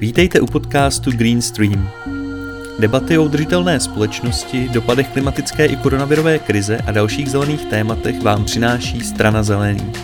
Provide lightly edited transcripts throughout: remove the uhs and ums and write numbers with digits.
Vítejte u podcastu Green Stream. Debaty o udržitelné společnosti, dopadech klimatické i koronavirové krize a dalších zelených tématech vám přináší Strana zelených.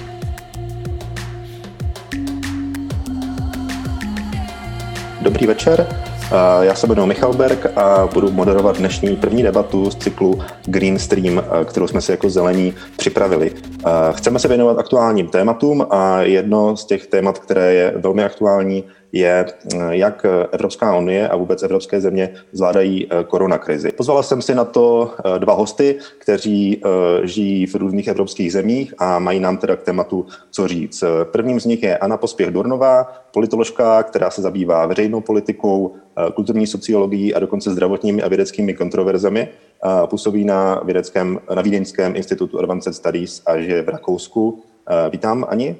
Dobrý večer, já se jmenuji Michal Berg a budu moderovat dnešní první debatu z cyklu Green Stream, kterou jsme si jako zelení připravili. Chceme se věnovat aktuálním tématům a jedno z těch témat, které je velmi aktuální, je, jak Evropská unie a vůbec evropské země zvládají koronakrizi. Pozvala jsem si na to dva hosty, kteří žijí v různých evropských zemích a mají nám teda k tématu co říct. Prvním z nich je Anna Pospěch-Durnová, politoložka, která se zabývá veřejnou politikou, kulturní sociologií a dokonce zdravotními a vědeckými kontroverzemi. Působí na Vídeňském institutu Advanced Studies a žije v Rakousku. Vítám, Ani.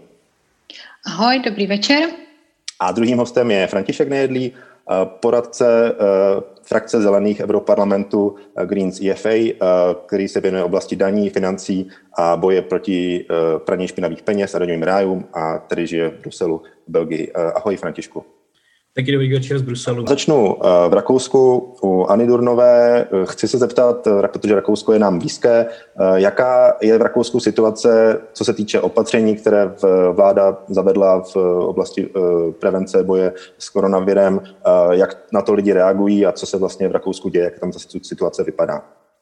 Ahoj, dobrý večer. A druhým hostem je František Nejedlý, poradce frakce zelených Europarlamentu Greens EFA, který se věnuje oblasti daní, financí a boje proti praní špinavých peněz a daňovým rájům a tady žije v Bruselu, v Belgii. Ahoj, Františku. Taky dobrý večer z Bruselu. Začnu v Rakousku u Anny Durnové. Chci se zeptat, protože Rakousko je nám blízké, jaká je v Rakousku situace, co se týče opatření, které vláda zavedla v oblasti prevence boje s koronavirem, jak na to lidi reagují a co se vlastně v Rakousku děje, jak tam ta situace vypadá.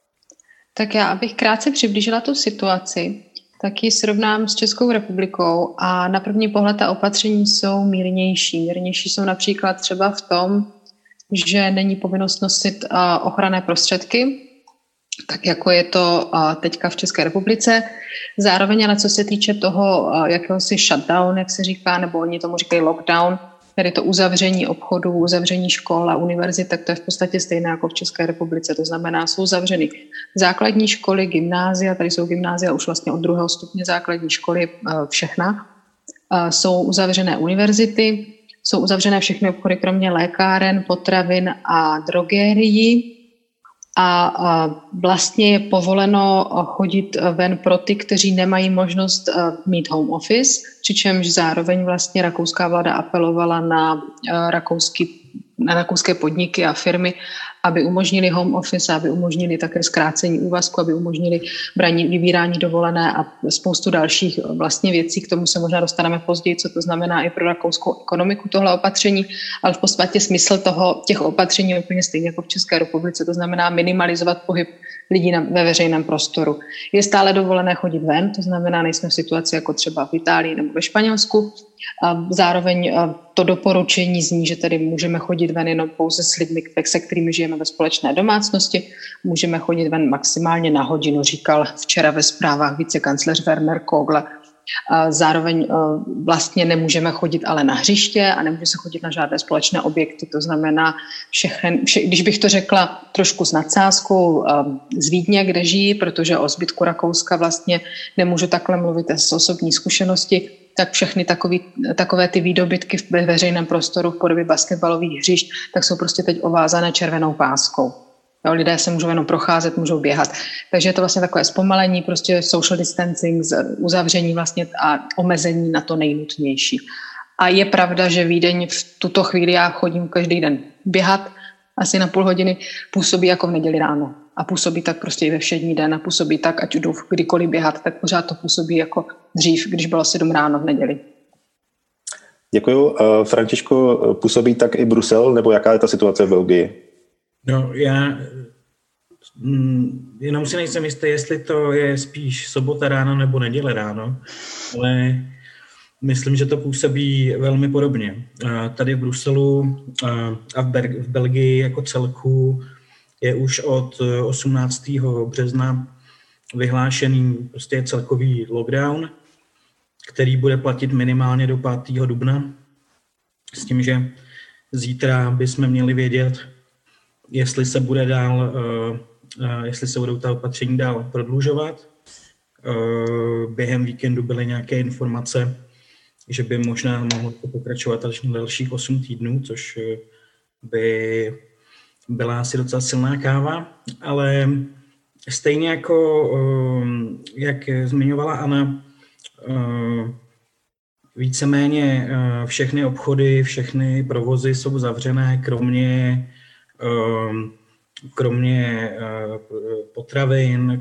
Tak já, abych krátce přiblížila tu situaci, tak ji srovnám s Českou republikou a na první pohled ta opatření jsou mírnější. Mírnější jsou například třeba v tom, že není povinnost nosit ochranné prostředky, tak jako je to teďka v České republice. Zároveň ale co se týče toho jakéhosi shutdown, jak se říká, nebo oni tomu říkají lockdown, tedy to uzavření obchodů, uzavření škol a univerzit, tak to je v podstatě stejné jako v České republice. To znamená, jsou zavřeny základní školy, gymnázia, tady jsou gymnázia už vlastně od 2. stupně základní školy všechna. Jsou uzavřené univerzity, jsou uzavřené všechny obchody, kromě lékáren, potravin a drogérií. A vlastně je povoleno chodit ven pro ty, kteří nemají možnost mít home office, přičemž zároveň vlastně rakouská vláda apelovala na rakouské podniky a firmy, aby umožnili home office, aby umožnili také zkrácení úvazku, aby umožnili vybírání dovolené a spoustu dalších vlastně věcí. K tomu se možná dostaneme později, co to znamená i pro rakouskou ekonomiku tohle opatření, ale v podstatě smysl těch opatření je úplně stejný jako v České republice, to znamená minimalizovat pohyb lidí ve veřejném prostoru. Je stále dovolené chodit ven, to znamená, nejsme v situaci jako třeba v Itálii nebo ve Španělsku. Zároveň to doporučení zní, že tady můžeme chodit ven jenom pouze s lidmi, se kterými žijeme ve společné domácnosti. Můžeme chodit ven maximálně na hodinu, říkal včera ve zprávách vicekancléř Werner Kogler. Zároveň vlastně nemůžeme chodit ale na hřiště a nemůže se chodit na žádné společné objekty. To znamená, když bych to řekla trošku s nadsázkou z Vídně, kde žijí, protože o zbytku Rakouska vlastně nemůžu takhle mluvit z osobní zkušenosti, tak všechny takové ty výdobytky v veřejném prostoru v podobě basketbalových hřišť, tak jsou prostě teď ovázané červenou páskou. Jo, lidé se můžou jenom procházet, můžou běhat. Takže je to vlastně takové zpomalení, prostě social distancing, uzavření vlastně a omezení na to nejnutnější. A je pravda, že Vídeň v tuto chvíli, já chodím každý den běhat, asi na půl hodiny, působí jako v neděli ráno. A působí tak prostě i ve všední den a působí tak, ať jdu kdykoliv běhat, tak pořád to působí jako dřív, když bylo 7 ráno v neděli. Děkuju. Františku, působí tak i Brusel, nebo jaká je ta situace v Belgii? No, já jenom si nejsem jistý, jestli to je spíš sobota ráno nebo neděle ráno, ale myslím, že to působí velmi podobně. Tady v Bruselu a v Belgii jako celku je už od 18. března vyhlášený prostě celkový lockdown, který bude platit minimálně do 5. dubna, s tím, že zítra bychom měli vědět, jestli se budou ta opatření dál prodlužovat. Během víkendu byly nějaké informace, že by možná mohlo pokračovat až na dalších 8 týdnů, což by byla asi docela silná káva, ale stejně jako, jak zmiňovala Anna, víceméně všechny obchody, všechny provozy jsou zavřené, kromě potravin,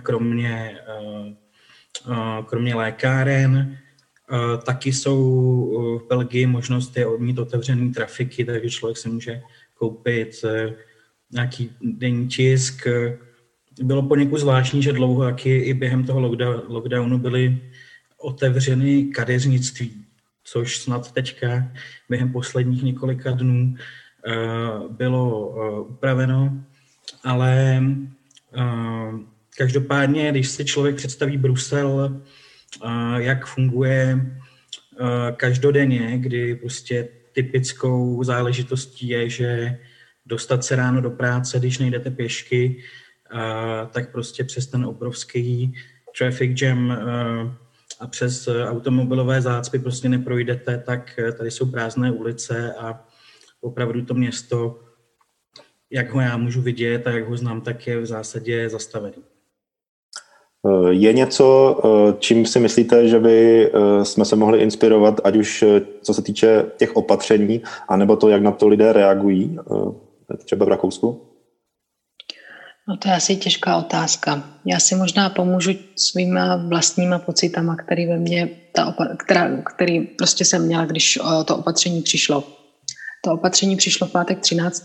kromě lékáren. Taky jsou v Belgii možnosti mít otevřený trafiky, takže člověk si může koupit nějaký denní tisk. Bylo poněkud zvláštní, že dlouho taky i během toho lockdownu byly otevřeny kadeřnictví, což snad teďka během posledních několika dnů bylo upraveno, ale každopádně, když si člověk představí Brusel, jak funguje každodenně, kdy prostě typickou záležitostí je, že dostat se ráno do práce, když nejdete pěšky, tak prostě přes ten obrovský traffic jam a přes automobilové zácpy prostě neprojdete, tak tady jsou prázdné ulice a opravdu to město, jak ho já můžu vidět a jak ho znám, tak je v zásadě zastavený. Je něco, čím si myslíte, že by jsme se mohli inspirovat, ať už co se týče těch opatření, anebo to, jak na to lidé reagují, třeba v Rakousku? No to je asi těžká otázka. Já si možná pomůžu svýma vlastníma pocitama, který ve mně, který prostě jsem měla, když to opatření přišlo. To opatření přišlo v pátek 13.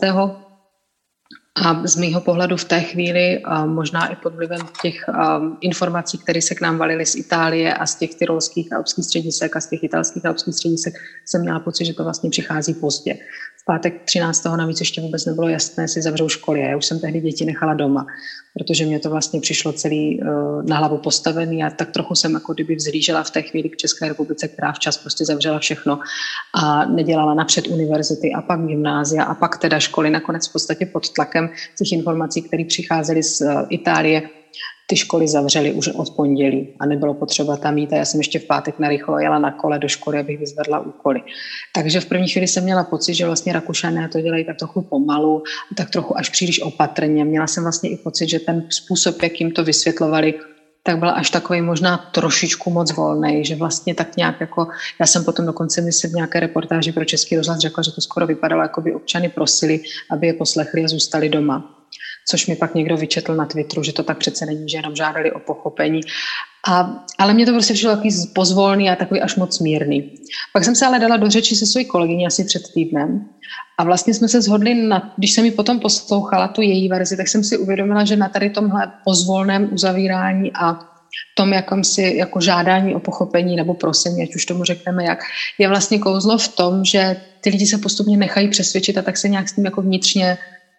A z mýho pohledu v té chvíli, možná i pod vlivem těch informací, které se k nám valily z Itálie a z těch tyrolských alpských středisek a z těch italských alpských středisek, jsem měla pocit, že to vlastně přichází pozdě. V pátek 13. navíc ještě vůbec nebylo jasné, jestli zavřou školy. Já už jsem tehdy děti nechala doma, protože mě to vlastně přišlo celý na hlavu postavený a tak trochu jsem jako kdyby vzhlížela v té chvíli k České republice, která včas prostě zavřela všechno a nedělala napřed univerzity a pak gymnázia a pak teda školy nakonec v podstatě pod tlakem těch informací, které přicházely z Itálie. Ty školy zavřely už od pondělí a nebylo potřeba tam jít a já jsem ještě v pátek narychlo jela na kole do školy, abych vyzvedla úkoly. Takže v první chvíli jsem měla pocit, že vlastně Rakušané to dělají tak trochu pomalu, tak trochu až příliš opatrně. Měla jsem vlastně i pocit, že ten způsob, jak jim to vysvětlovali, tak byl až takový možná trošičku moc volnej, že vlastně tak nějak jako, já jsem potom dokonce mi se v nějaké reportáži pro Český rozhlas řekla, že to skoro vypadalo, jako by občany prosili, aby je poslechli a zůstali doma. Což mi pak někdo vyčetl na Twitteru, že to tak přece není, že jenom žádali o pochopení. Ale mě to prostě přišlo takový pozvolný a takový až moc mírný. Pak jsem se ale dala do řeči se svojí kolegyní asi před týdnem a vlastně jsme se shodli, když jsem ji potom poslouchala, tu její verzi, tak jsem si uvědomila, že na tady tomhle pozvolném uzavírání a tom jakomsi jako žádání o pochopení nebo prosení, ať už tomu řekneme jak, je vlastně kouzlo v tom, že ty lidi se postupně nechají přesvědčit a tak se nějak s tím jako vnitřně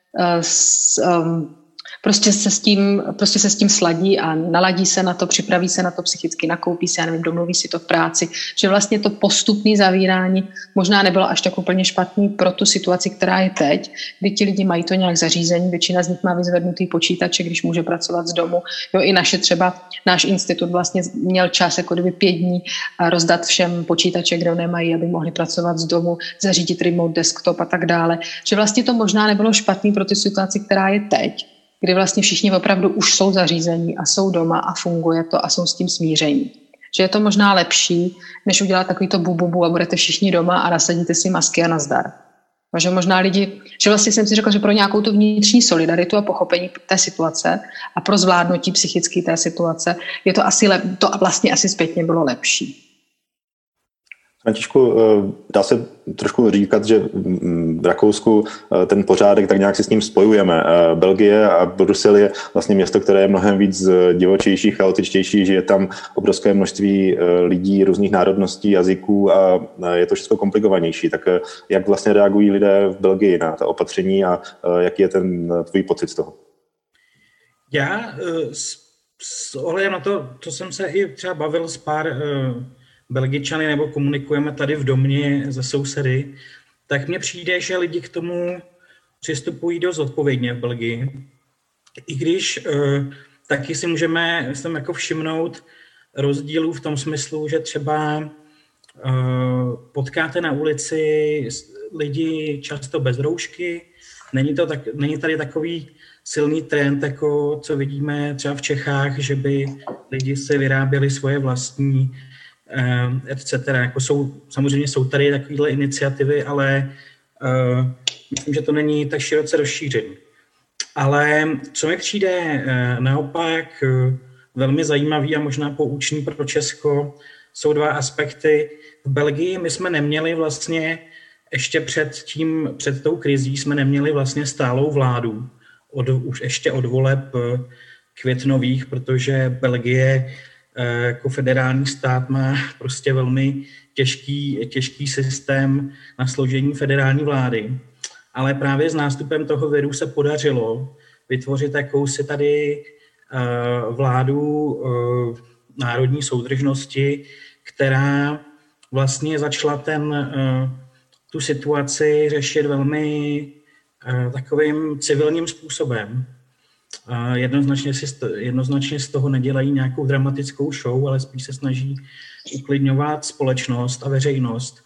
prostě se s tím sladí a naladí se na to, připraví se na to psychicky, nakoupí se, já nevím, domluví si to v práci, že vlastně to postupné zavírání možná nebylo až tak úplně špatný pro tu situaci, která je teď, kdy ti lidi mají to nějak zařízení, většina z nich má vyzvednutý počítače, když může pracovat z domu. Jo, i náš institut vlastně měl čas jako kdyby 5 dní rozdat všem počítače, kde nemají, aby mohli pracovat z domu, zařídit remote desktop a tak dále. Že vlastně to možná nebylo špatný pro tu situaci, která je teď, kdy vlastně všichni opravdu už jsou zařízení a jsou doma a funguje to a jsou s tím smíření. Že je to možná lepší, než udělat takovýto bububu a budete všichni doma a nasadíte si masky a nazdar. Že možná lidi, že vlastně jsem si řekla, že pro nějakou tu vnitřní solidaritu a pochopení té situace a pro zvládnutí psychické té situace je to vlastně asi zpětně bylo lepší. Františku, dá se trošku říkat, že v Rakousku ten pořádek tak nějak si s ním spojujeme. Belgie a Brusel je vlastně město, které je mnohem víc divočejší, chaotičtější, že je tam obrovské množství lidí různých národností, jazyků a je to všechno komplikovanější. Tak jak vlastně reagují lidé v Belgii na ta opatření a jaký je ten tvůj pocit z toho? Já s ohledem na to, co jsem se i třeba bavil s pár Belgičany nebo komunikujeme tady v domě ze sousedy, tak mně přijde, že lidi k tomu přistupují dost odpovědně v Belgii. I když taky si můžeme jako všimnout rozdílů v tom smyslu, že třeba potkáte na ulici lidi často bez roušky. Není tady takový silný trend, jako co vidíme třeba v Čechách, že by lidi si vyráběli svoje vlastní etc. Jako samozřejmě jsou tady takovéhle iniciativy, ale myslím, že to není tak široce rozšířený. Ale co mi přijde naopak velmi zajímavý a možná poučný pro Česko, jsou dva aspekty. V Belgii my jsme neměli vlastně ještě před tou krizí jsme neměli vlastně stálou vládu, už ještě od voleb květnových, protože Belgie jako federální stát má prostě velmi těžký systém na složení federální vlády. Ale právě s nástupem toho viru se podařilo vytvořit jakousi tady vládu národní soudržnosti, která vlastně začala tu situaci řešit velmi takovým civilním způsobem. Jednoznačně z toho nedělají nějakou dramatickou show, ale spíš se snaží uklidňovat společnost a veřejnost.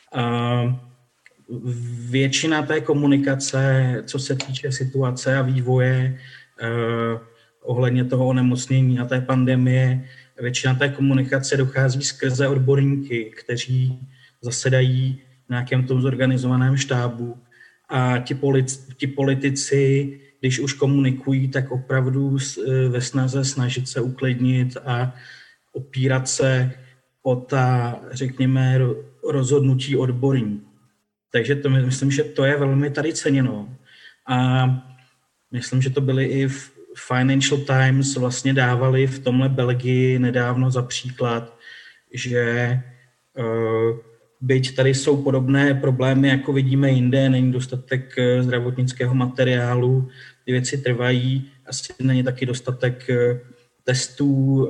Většina té komunikace, co se týče situace a vývoje ohledně toho onemocnění a té pandemie, většina té komunikace dochází skrze odborníky, kteří zasedají v nějakém tom zorganizovaném štábu a ti politici, když už komunikují, tak opravdu ve snaze snažit se uklidnit a opírat se o ta, řekněme, rozhodnutí odborníků. Takže to myslím, že to je velmi tady ceněno. A myslím, že to byly i v Financial Times vlastně dávali v tomhle Belgii nedávno za příklad, že byť tady jsou podobné problémy, jako vidíme jinde, není dostatek zdravotnického materiálu, ty věci trvají, asi není taky dostatek testů.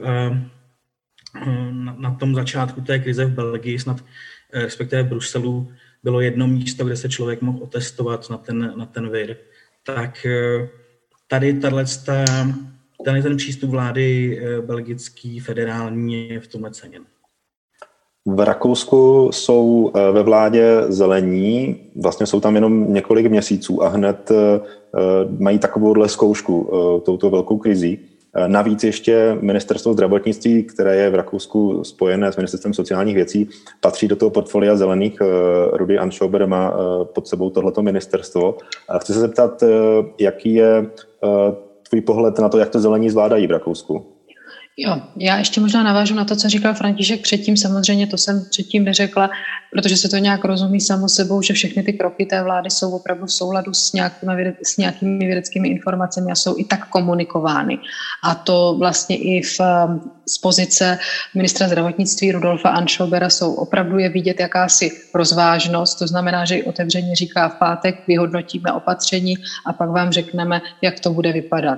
Na tom začátku té krize v Belgii, snad respektive v Bruselu, bylo jedno místo, kde se člověk mohl otestovat na ten vir. Tak tady ten přístup vlády belgický, federální je v tomhle ceněn. V Rakousku jsou ve vládě zelení, vlastně jsou tam jenom několik měsíců a hned mají takovouhle zkoušku touto velkou krizí. Navíc ještě ministerstvo zdravotnictví, které je v Rakousku spojené s ministerstvem sociálních věcí, patří do toho portfolia zelených. Rudy Anschober má pod sebou tohleto ministerstvo. A chci se zeptat, jaký je tvůj pohled na to, jak to zelení zvládají v Rakousku? Jo, já ještě možná navážu na to, co říkal František předtím. Samozřejmě to jsem předtím neřekla, protože se to nějak rozumí samo sebou, že všechny ty kroky té vlády jsou opravdu v souladu s nějakými vědeckými informacemi a jsou i tak komunikovány. A to vlastně i z pozice ministra zdravotnictví Rudolfa Anschobera opravdu je vidět jakási rozvážnost, to znamená, že i otevřeně říká v pátek vyhodnotíme opatření a pak vám řekneme, jak to bude vypadat.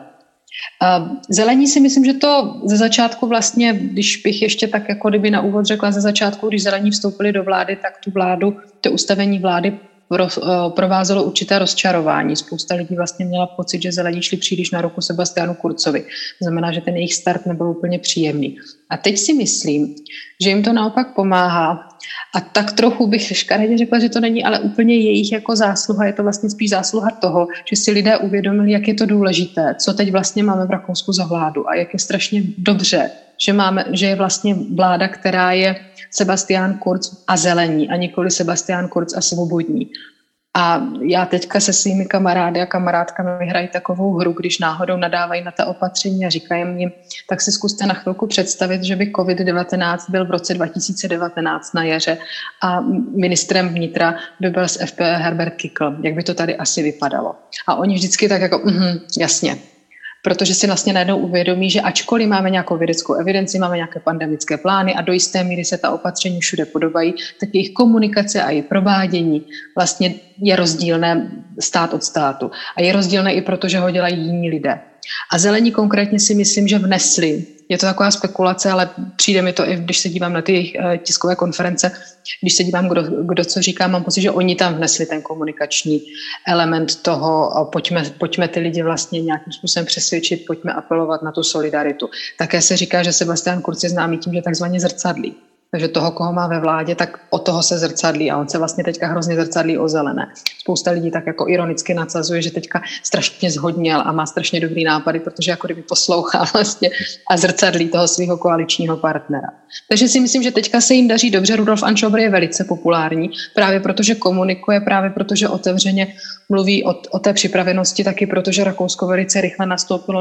Zelení si myslím, že to ze začátku vlastně, když bych ještě tak jako kdyby na úvod řekla ze začátku, když zelení vstoupili do vlády, tak to ustavení vlády provázelo určité rozčarování. Spousta lidí vlastně měla pocit, že zelení šli příliš na ruku Sebastianu Kurzovi. To znamená, že ten jejich start nebyl úplně příjemný. A teď si myslím, že jim to naopak pomáhá. A tak trochu bych škaredě řekla, že to není ale úplně jejich jako zásluha. Je to vlastně spíš zásluha toho, že si lidé uvědomili, jak je to důležité, co teď vlastně máme v Rakousku za vládu a jak je strašně dobře, že je vlastně vláda, která je Sebastian Kurz a zelení a nikoli Sebastian Kurz a svobodní. A já teďka se svými kamarády a kamarádkami hrají takovou hru, když náhodou nadávají na ta opatření a říkají jim, tak si zkuste na chvilku představit, že by COVID-19 byl v roce 2019 na jaře a ministrem vnitra by byl z FPÖ Herbert Kickl. Jak by to tady asi vypadalo? A oni vždycky tak jako, jasně. Protože si vlastně najednou uvědomí, že ačkoliv máme nějakou vědeckou evidenci, máme nějaké pandemické plány a do jisté míry se ta opatření všude podobají, tak jejich komunikace a jejich provádění vlastně je rozdílné stát od státu. A je rozdílné i proto, že ho dělají jiní lidé. A zelení konkrétně si myslím, že vnesli, je to taková spekulace, ale přijde mi to i, když se dívám na ty jejich tiskové konference, když se dívám, kdo co říká, mám pocit, že oni tam vnesli ten komunikační element toho, pojďme ty lidi vlastně nějakým způsobem přesvědčit, pojďme apelovat na tu solidaritu. Také se říká, že Sebastian Kurz je známý tím, že takzvaně zrcadlí. Takže toho, koho má ve vládě, tak o toho se zrcadlí a on se vlastně teďka hrozně zrcadlí o Zelené. Spousta lidí tak jako ironicky nadsazuje, že teďka strašně zhodněl a má strašně dobrý nápady, protože jako kdyby poslouchá vlastně a zrcadlí toho svého koaličního partnera. Takže si myslím, že teďka se jim daří dobře. Rudolf Anschauber je velice populární, právě protože komunikuje, právě protože otevřeně mluví o té připravenosti, taky protože Rakousko velice rychle nastoupilo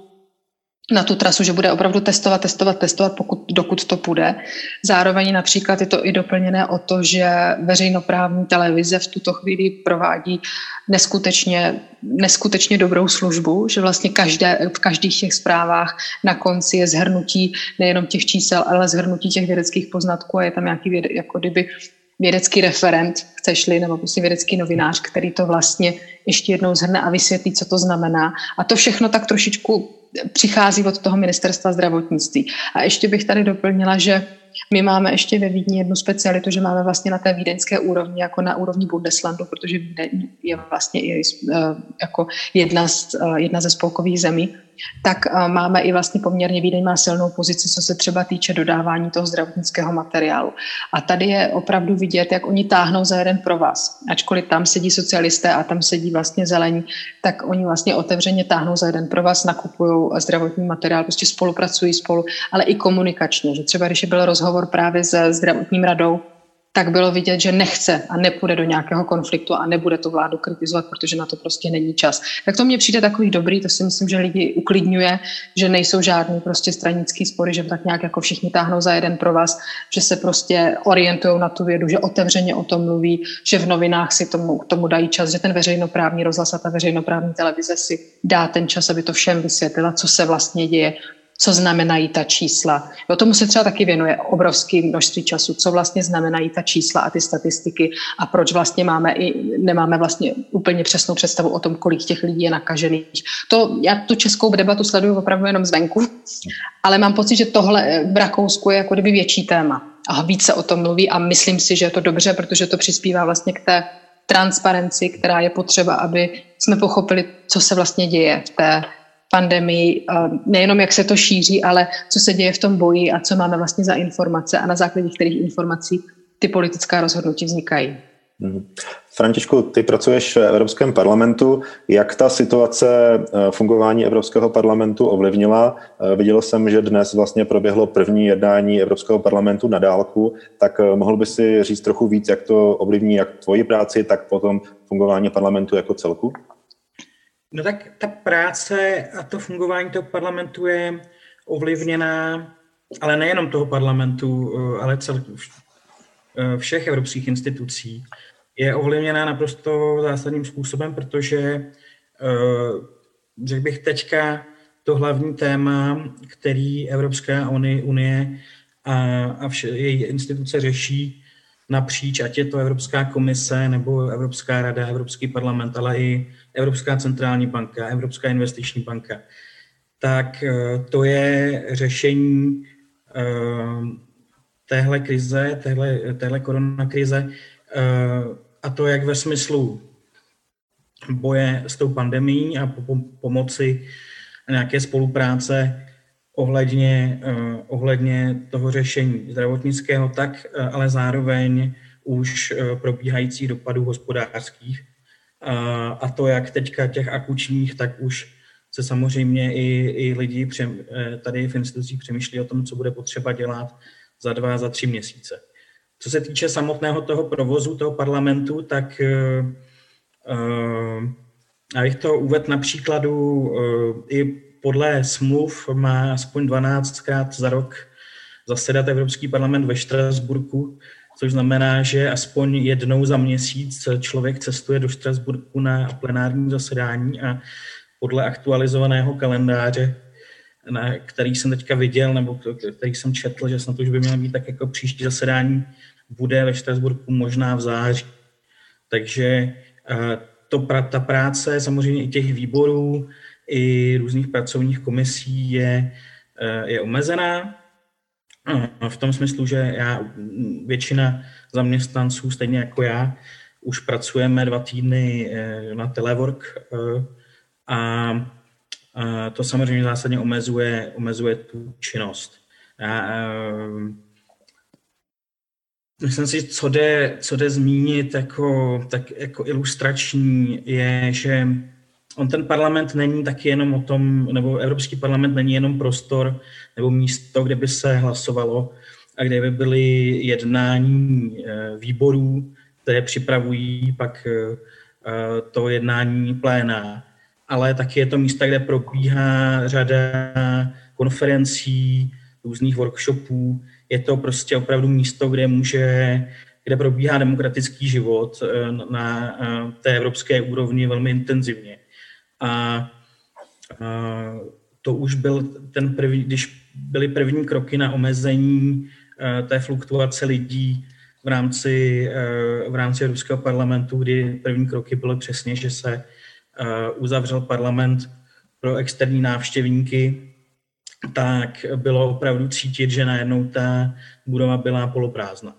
na tu trasu, že bude opravdu testovat, dokud to půjde. Zároveň například je to i doplněné o to, že veřejnoprávní televize v tuto chvíli provádí neskutečně dobrou službu, že vlastně v každých těch zprávách na konci je shrnutí nejenom těch čísel, ale shrnutí těch vědeckých poznatků a je tam nějaký jako kdyby vědecký referent, chceš-li, nebo prostě vědecký novinář, který to vlastně ještě jednou shrne a vysvětlí, co to znamená. A to všechno tak trošičku přichází od toho ministerstva zdravotnictví. A ještě bych tady doplnila, že my máme ještě ve Vídni jednu specialitu, že máme vlastně na té vídeňské úrovni, jako na úrovni Bundeslandu, protože Vídeň je vlastně i jako jedna ze spolkových zemí, tak máme i vlastně poměrně Vídeň má silnou pozici, co se třeba týče dodávání toho zdravotnického materiálu. A tady je opravdu vidět, jak oni táhnou za jeden provaz. Ačkoliv tam sedí socialisté a tam sedí vlastně zelení, tak oni vlastně otevřeně táhnou za jeden provaz, nakupují zdravotní materiál, prostě spolupracují spolu, ale i komunikačně. Že třeba když byl rozhovor právě se zdravotním radou, tak bylo vidět, že nechce a nepůjde do nějakého konfliktu a nebude tu vládu kritizovat, protože na to prostě není čas. Tak to mně přijde takový dobrý, to si myslím, že lidi uklidňuje, že nejsou žádný prostě stranický spory, že tak nějak jako všichni táhnou za jeden provaz, že se prostě orientují na tu vědu, že otevřeně o tom mluví, že v novinách si tomu dají čas, že ten veřejnoprávní rozhlas a ta veřejnoprávní televize si dá ten čas, aby to všem vysvětlila, co se vlastně děje, co znamenají ta čísla. Jo, tomu se třeba taky věnuje obrovské množství času, co vlastně znamenají ta čísla a ty statistiky a proč vlastně nemáme vlastně úplně přesnou představu o tom, kolik těch lidí je nakažených. Já tu českou debatu sleduju opravdu jenom zvenku, ale mám pocit, že tohle v Rakousku je jako kdyby větší téma a víc se o tom mluví a myslím si, že je to dobře, protože to přispívá vlastně k té transparenci, která je potřeba, aby jsme pochopili, co se vlastně děje v té pandemii, nejenom jak se to šíří, ale co se děje v tom boji a co máme vlastně za informace a na základě kterých informací ty politická rozhodnutí vznikají. Františku, ty pracuješ v Evropském parlamentu. Jak ta situace fungování Evropského parlamentu ovlivnila? Viděl jsem, že dnes vlastně proběhlo první jednání Evropského parlamentu na dálku, tak mohl by si říct trochu víc, jak to ovlivní jak tvoji práci, tak potom fungování parlamentu jako celku? No tak ta práce a to fungování toho parlamentu je ovlivněná, ale nejenom toho parlamentu, ale všech evropských institucí. Je ovlivněná naprosto zásadním způsobem, protože řekl bych teďka to hlavní téma, který Evropská unie a její instituce řeší napříč, ať je to Evropská komise nebo Evropská rada, Evropský parlament, ale i Evropská centrální banka, Evropská investiční banka, tak to je řešení téhle krize, téhle koronakrize, a to jak ve smyslu boje s tou pandemií a pomoci nějaké spolupráce ohledně toho řešení zdravotnického, tak ale zároveň už probíhajících dopadů hospodářských. A to jak teďka těch akučních, tak už se samozřejmě i lidi tady v institucích přemýšlí o tom, co bude potřeba dělat za 2, za 3 měsíce. Co se týče samotného toho provozu, toho parlamentu, tak abych to uvedl na příkladu, i podle smluv má aspoň 12krát za rok zasedat Evropský parlament ve Štrasburku, což znamená, že aspoň jednou za měsíc člověk cestuje do Štrasburku na plenární zasedání a podle aktualizovaného kalendáře, který jsem teďka viděl, nebo který jsem četl, že snad už by mělo být tak jako příští zasedání, bude ve Štrasburku možná v září. Takže ta práce samozřejmě i těch výborů, i různých pracovních komisí je omezená. V tom smyslu, že většina zaměstnanců, stejně jako já, už pracujeme 2 týdny na telework a to samozřejmě zásadně omezuje tu činnost. Myslím si, co jde zmínit jako ilustrační, je, že on ten parlament není taky jenom o tom, nebo Evropský parlament není jenom prostor nebo místo, kde by se hlasovalo a kde by byly jednání výborů, které připravují pak to jednání pléna, ale taky je to místo, kde probíhá řada konferencí, různých workshopů. Je to prostě opravdu místo, kde probíhá demokratický život na té evropské úrovni velmi intenzivně. A to už byl ten první, když byly první kroky na omezení té fluktuace lidí v rámci Evropského parlamentu, kdy první kroky byly přesně, že se uzavřel parlament pro externí návštěvníky, tak bylo opravdu cítit, že najednou ta budova byla poloprázdná.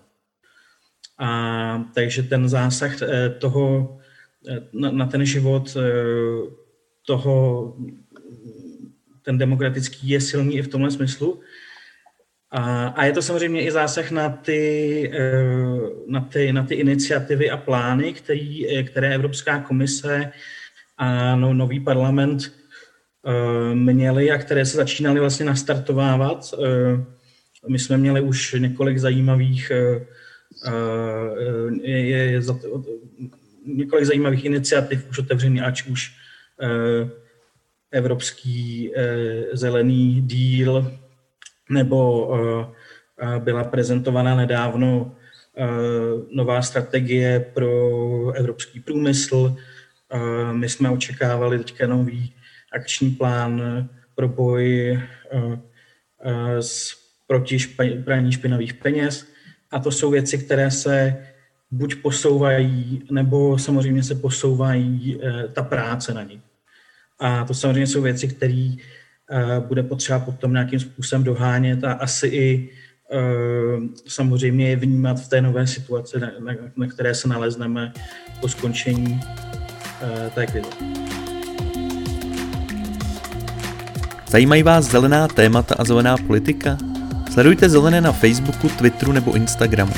A takže ten zásah toho na ten život ten demokratický je silný i v tomhle smyslu. A je to samozřejmě i zásah na ty iniciativy a plány, které Evropská komise a nový parlament měli a které se začínaly vlastně nastartovávat. My jsme měli už několik zajímavých iniciativ už otevřený, ať už Evropský zelený díl, nebo byla prezentovaná nedávno nová strategie pro evropský průmysl. My jsme očekávali teďka nový akční plán pro boj proti praní špinavých peněz. A to jsou věci, které se buď posouvají, nebo samozřejmě se posouvají ta práce na nich. A to samozřejmě jsou věci, které bude potřeba potom nějakým způsobem dohánět a asi i samozřejmě je vnímat v té nové situaci, na které se nalezneme po skončení té krize. Zajímají vás zelená témata a zelená politika? Sledujte Zelené na Facebooku, Twitteru nebo Instagramu.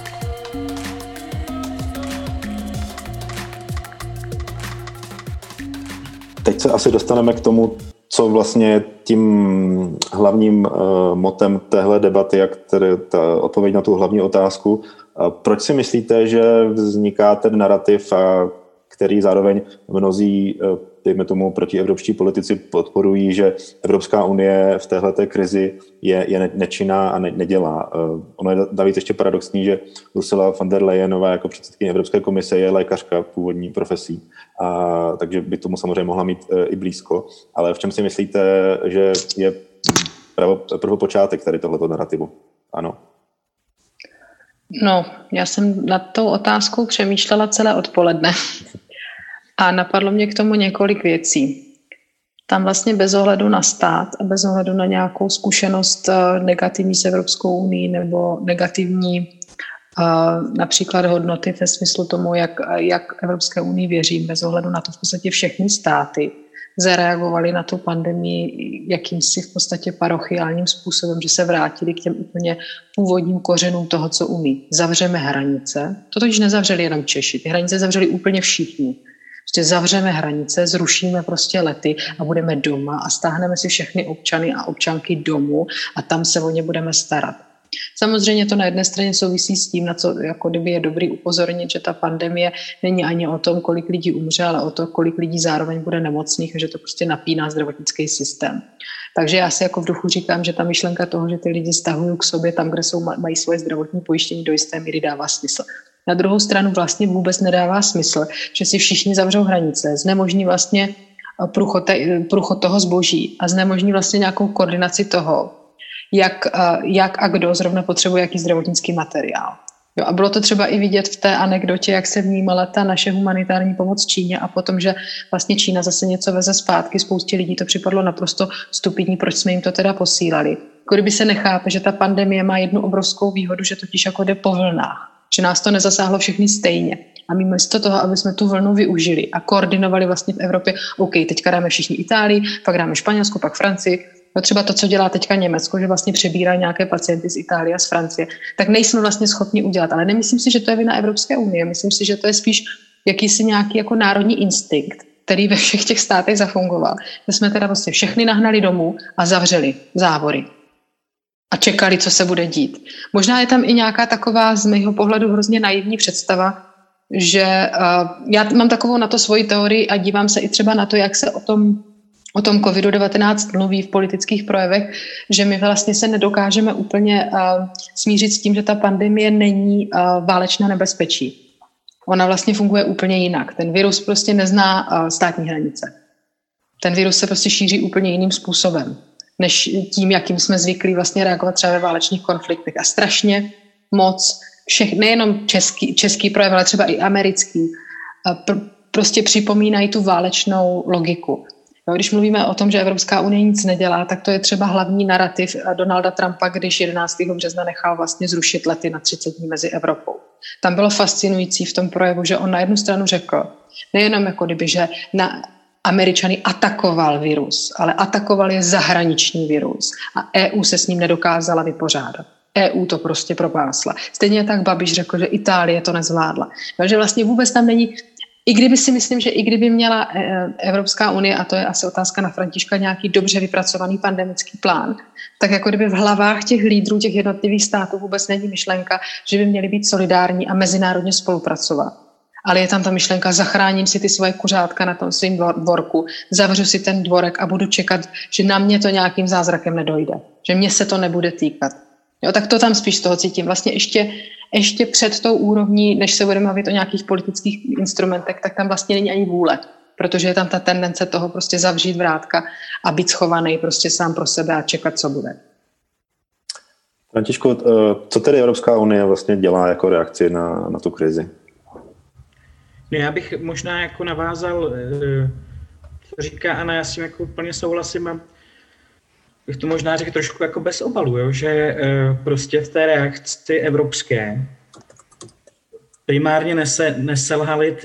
Teď se asi dostaneme k tomu, co vlastně tím hlavním motem téhle debaty, jak tedy ta odpověď na tu hlavní otázku. Proč si myslíte, že vzniká ten narrativ, který zároveň mnozí, dejme tomu, protievropští politici podporují, že Evropská unie v téhleté krizi je nečinná a nedělá. Ono je navíc ještě paradoxní, že Ursula von der Leyenová jako předsedkyně Evropské komise je lékařka původní profesí, takže by tomu samozřejmě mohla mít i blízko. Ale v čem si myslíte, že je prvopočátek tady tohleto narrativu? Ano. No, já jsem nad tou otázkou přemýšlela celé odpoledne a napadlo mě k tomu několik věcí. Tam vlastně bez ohledu na stát a bez ohledu na nějakou zkušenost negativní s Evropskou unii nebo negativní například hodnoty ve smyslu tomu, jak Evropské unii věřím, bez ohledu na to v podstatě všechny státy zareagovali na tu pandemii jakýmsi v podstatě parochiálním způsobem, že se vrátili k těm úplně původním kořenům toho, co umí. Zavřeme hranice. To totiž nezavřeli jenom Češi. Ty hranice zavřeli úplně všichni. Prostě zavřeme hranice, zrušíme prostě lety a budeme doma a stáhneme si všechny občany a občanky domů a tam se o ně budeme starat. Samozřejmě to na jedné straně souvisí s tím, na co jako kdyby je dobrý upozornit, že ta pandemie není ani o tom, kolik lidí umře, ale o to, kolik lidí zároveň bude nemocných a že to prostě napíná zdravotnický systém. Takže já si jako v duchu říkám, že ta myšlenka toho, že ty lidi stahují k sobě tam, kde mají svoje zdravotní pojištění, do jisté míry dává smysl. Na druhou stranu vlastně vůbec nedává smysl, že si všichni zavřou hranice, znemožní vlastně průchod toho zboží a znemožní vlastně nějakou koordinaci toho, jak a kdo zrovna potřebuje jaký zdravotnický materiál. Jo, a bylo to třeba i vidět v té anekdotě, jak se vnímala ta naše humanitární pomoc Číně a potom, že vlastně Čína zase něco veze zpátky, spoustě lidí to připadlo naprosto stupidní, proč jsme jim to teda posílali. Jako kdyby se nechápe, že ta pandemie má jednu obrovskou výhodu, že totiž jako jde po vlnách, že nás to nezasáhlo všechny stejně. A my místo toho, aby jsme tu vlnu využili a koordinovali vlastně v Evropě, OK, teďka dáme všichni Itálii, pak dáme Španělsku, pak Francii, No třeba to, co dělá teďka Německo, že vlastně přebírá nějaké pacienty z Itálie a z Francie, tak nejsme vlastně schopni udělat. Ale nemyslím si, že to je vina Evropské unie. Myslím si, že to je spíš jakýsi nějaký jako národní instinkt, který ve všech těch státech zafungoval. Že jsme teda vlastně všechny nahnali domů a zavřeli závory. A čekali, co se bude dít. Možná je tam i nějaká taková z mého pohledu hrozně naivní představa, že já mám takovou na to svoji teorii a dívám se i třeba na to, jak se o tom COVID-19 mluví v politických projevech, že my vlastně se nedokážeme úplně smířit s tím, že ta pandemie není válečné nebezpečí. Ona vlastně funguje úplně jinak. Ten virus prostě nezná státní hranice. Ten virus se prostě šíří úplně jiným způsobem, než tím, jakým jsme zvyklí vlastně reagovat třeba ve válečných konfliktech. A strašně moc nejenom český projev, ale třeba i americký, prostě připomínají tu válečnou logiku. No, když mluvíme o tom, že Evropská unie nic nedělá, tak to je třeba hlavní narrativ Donalda Trumpa, když 11. března nechal vlastně zrušit lety na 30 dní mezi Evropou. Tam bylo fascinující v tom projevu, že on na jednu stranu řekl, nejenom jako kdyby, že Američany atakoval virus, ale atakoval je zahraniční virus a EU se s ním nedokázala vypořádat. EU to prostě propásla. Stejně tak Babiš řekl, že Itálie to nezvládla. Takže vlastně vůbec tam není, i kdyby si myslím, že i kdyby měla Evropská unie, a to je asi otázka na Františka, nějaký dobře vypracovaný pandemický plán, tak jako kdyby v hlavách těch lídrů, těch jednotlivých států vůbec není myšlenka, že by měli být solidární a mezinárodně spolupracovat. Ale je tam ta myšlenka, zachráním si ty svoje kuřátka na tom svým dvorku, zavřu si ten dvorek a budu čekat, že na mě to nějakým zázrakem nedojde, že mě se to nebude týkat. Jo, tak to tam spíš z toho cítím. Vlastně ještě před tou úrovní, než se budeme bavit o nějakých politických instrumentech, tak tam vlastně není ani vůle, protože je tam ta tendence toho prostě zavřít vrátka a být schovaný prostě sám pro sebe a čekat, co bude. Františku, co tedy Evropská unie vlastně dělá jako reakci na tu krizi? No, já bych možná jako navázal, co říká Anna, já s tím jako úplně souhlasím a bych to možná řekl trošku jako bez obalu, jo? Že prostě v té reakci evropské primárně neselhaly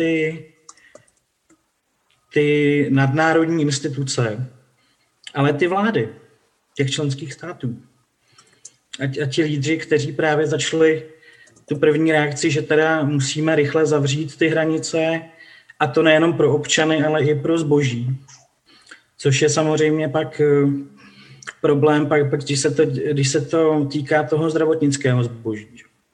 ty nadnárodní instituce, ale ty vlády těch členských států. A ti lídři, kteří právě začali tu první reakci, že teda musíme rychle zavřít ty hranice, a to nejenom pro občany, ale i pro zboží. Což je samozřejmě pak problém, pak když se to týká toho zdravotnického zboží.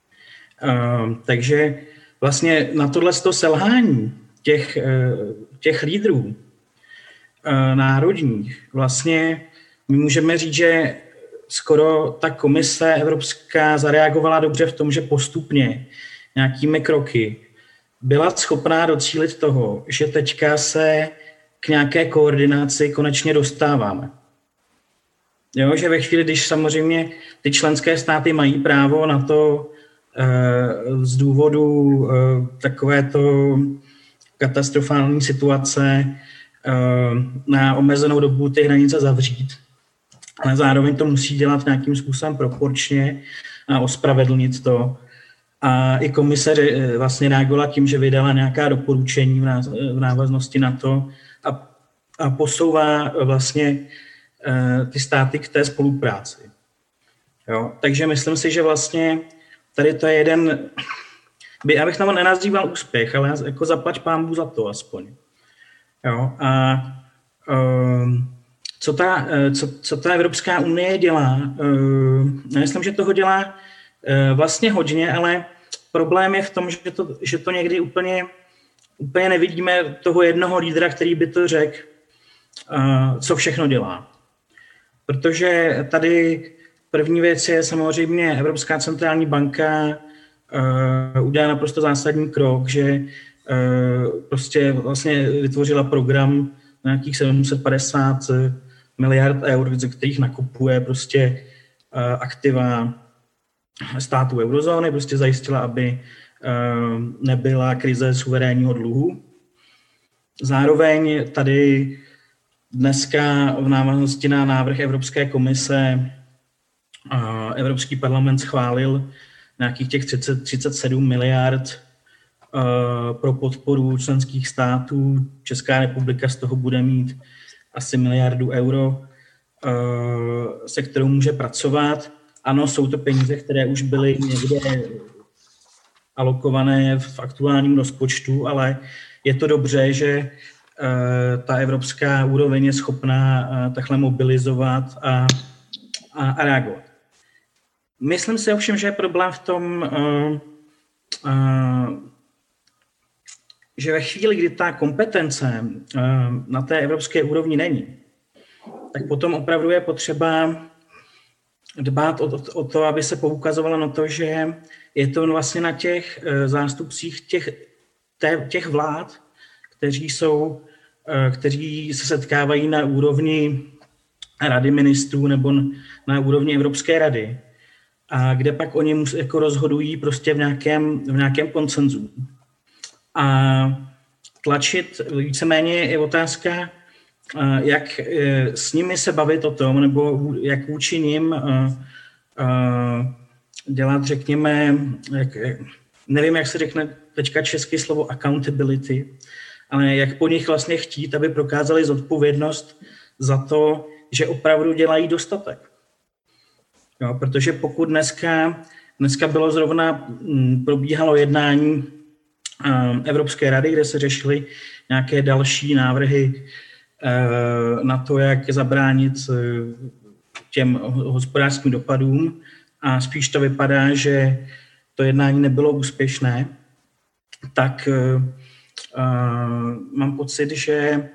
Takže vlastně na tohleto selhání těch lídrů národních vlastně my můžeme říct, že skoro ta komise evropská zareagovala dobře v tom, že postupně nějakými kroky byla schopná docílit toho, že teďka se k nějaké koordinaci konečně dostáváme. Jo, že ve chvíli, když samozřejmě ty členské státy mají právo na to z důvodu takovéto katastrofální situace na omezenou dobu ty hranice zavřít, ale zároveň to musí dělat nějakým způsobem proporčně a ospravedlnit to. A i komise vlastně reagovala tím, že vydala nějaká doporučení v návaznosti na to a posouvá vlastně ty státy k té spolupráci. Jo? Takže myslím si, že vlastně tady to je jeden, já bych tam nenazýval úspěch, ale jako zaplať pánbůh za to aspoň. Jo? A co ta Evropská unie dělá? Myslím, že toho dělá vlastně hodně, ale problém je v tom, že to někdy úplně nevidíme toho jednoho lídra, který by to řekl, co všechno dělá. Protože tady první věc je samozřejmě Evropská centrální banka udělá naprosto zásadní krok, že prostě vlastně vytvořila program na nějakých 750 miliard eur, ze kterých nakupuje prostě aktiva států eurozóny, prostě zajistila, aby nebyla krize suverénního dluhu. Zároveň tady dneska v návaznosti na návrh Evropské komise Evropský parlament schválil nějakých těch 37 miliard pro podporu členských států. Česká republika z toho bude mít asi miliardu euro. se kterou může pracovat. Ano, jsou to peníze, které už byly někde alokované v aktuálním rozpočtu, ale je to dobře, že ta evropská úroveň je schopná takhle mobilizovat a reagovat. Myslím si ovšem, že je problém v tom, že ve chvíli, kdy ta kompetence na té evropské úrovni není, tak potom opravdu je potřeba dbát o to, aby se poukazovalo na to, že je to vlastně na těch zástupcích těch vlád, kteří se setkávají na úrovni Rady ministrů nebo na úrovni Evropské rady, a kde pak oni jako rozhodují prostě v nějakém konsenzu. A tlačit víceméně je otázka, jak s nimi se bavit o tom, nebo jak vůči nim dělat, řekněme, nevím, jak se řekne teďka české slovo accountability, ale jak po nich vlastně chtít, aby prokázali zodpovědnost za to, že opravdu dělají dostatek. Jo, protože pokud dneska bylo zrovna, probíhalo jednání Evropské rady, kde se řešily nějaké další návrhy na to, jak zabránit těm hospodářským dopadům, a spíš to vypadá, že to jednání nebylo úspěšné, tak mám pocit, že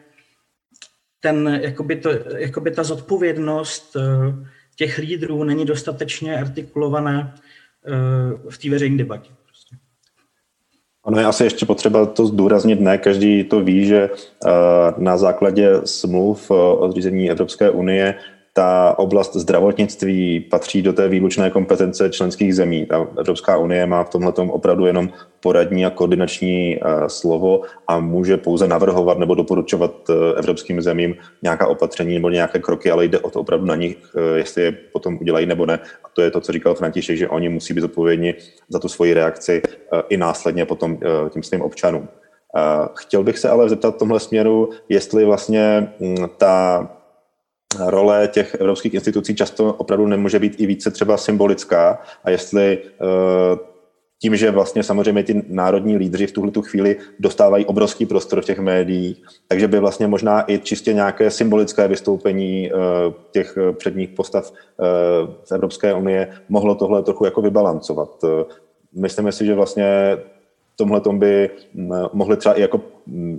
jakoby ta zodpovědnost těch lídrů není dostatečně artikulovaná v té veřejné debatě. Prostě. Ono je asi ještě potřeba to zdůraznit, ne každý to ví, že na základě smluv o zřízení Evropské unie ta oblast zdravotnictví patří do té výlučné kompetence členských zemí. Ta Evropská unie má v tomhletom opravdu jenom poradní a koordinační slovo a může pouze navrhovat nebo doporučovat evropským zemím nějaká opatření nebo nějaké kroky, ale jde o to opravdu na nich, jestli je potom udělají nebo ne. A to je to, co říkal František, že oni musí být zodpovědní za tu svoji reakci i následně potom těm svým občanům. Chtěl bych se ale zeptat v tomhle směru, jestli vlastně ta role těch evropských institucí často opravdu nemůže být i více třeba symbolická, a jestli tím, že vlastně samozřejmě ty národní lídři v tuhletu chvíli dostávají obrovský prostor v těch médiích, takže by vlastně možná i čistě nějaké symbolické vystoupení těch předních postav z Evropské unie mohlo tohle trochu jako vybalancovat. Myslíme si, že vlastně tomhletom by mohli třeba i jako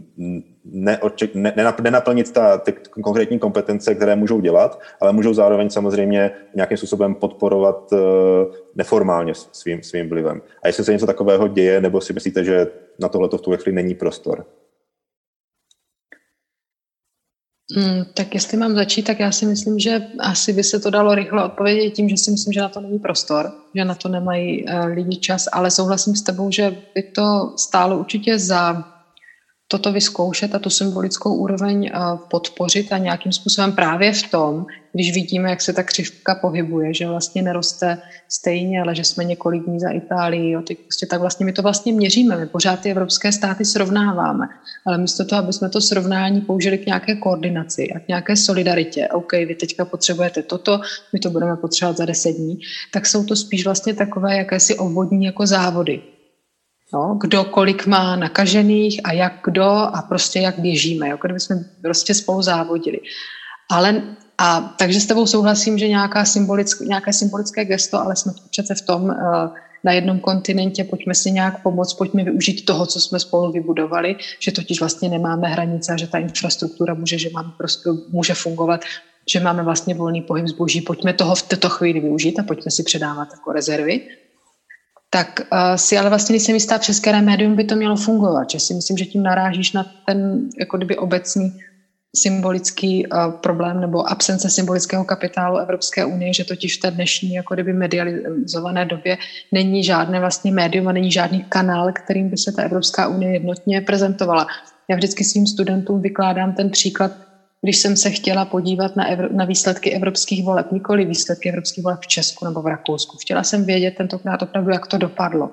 nenaplnit ty konkrétní kompetence, které můžou dělat, ale můžou zároveň samozřejmě nějakým způsobem podporovat neformálně svým vlivem. A jestli se něco takového děje, nebo si myslíte, že na tohleto v tu chvíli není prostor? Tak jestli mám začít, tak já si myslím, že asi by se to dalo rychle odpovědět tím, že si myslím, že na to není prostor, že na to nemají lidi čas, ale souhlasím s tebou, že by to stálo určitě za toto vyzkoušet a tu symbolickou úroveň podpořit a nějakým způsobem právě v tom, když vidíme, jak se ta křivka pohybuje, že vlastně neroste stejně, ale že jsme několik dní za Itálií, tak vlastně my to vlastně měříme, my pořád ty evropské státy srovnáváme, ale místo toho, aby jsme to srovnání použili k nějaké koordinaci a k nějaké solidaritě, OK, vy teďka potřebujete toto, my to budeme potřebovat za 10 dní, tak jsou to spíš vlastně takové jakési obvodní jako závody. No, kdo kolik má nakažených a jak kdo a prostě jak běžíme, jako kdyby jsme prostě spolu závodili. Takže s tebou souhlasím, že nějaké symbolické gesto, ale jsme přece v tom na jednom kontinentě, pojďme si nějak pomoct, pojďme využít toho, co jsme spolu vybudovali, že totiž vlastně nemáme hranice a že ta infrastruktura může fungovat, že máme vlastně volný pohyb zboží, pojďme toho v této chvíli využít a pojďme si předávat jako rezervy. Tak si ale vlastně nejsem jistá, přes které médium by to mělo fungovat, že si myslím, že tím narážíš na ten jako kdyby obecný symbolický problém nebo absence symbolického kapitálu Evropské unie, že totiž v té dnešní jako kdyby medializované době není žádné vlastně médium a není žádný kanál, kterým by se ta Evropská unie jednotně prezentovala. Já vždycky svým studentům vykládám ten příklad, když jsem se chtěla podívat na výsledky evropských voleb, nikoli výsledky evropských voleb v Česku nebo v Rakousku. Chtěla jsem vědět tentokrát opravdu, jak to dopadlo.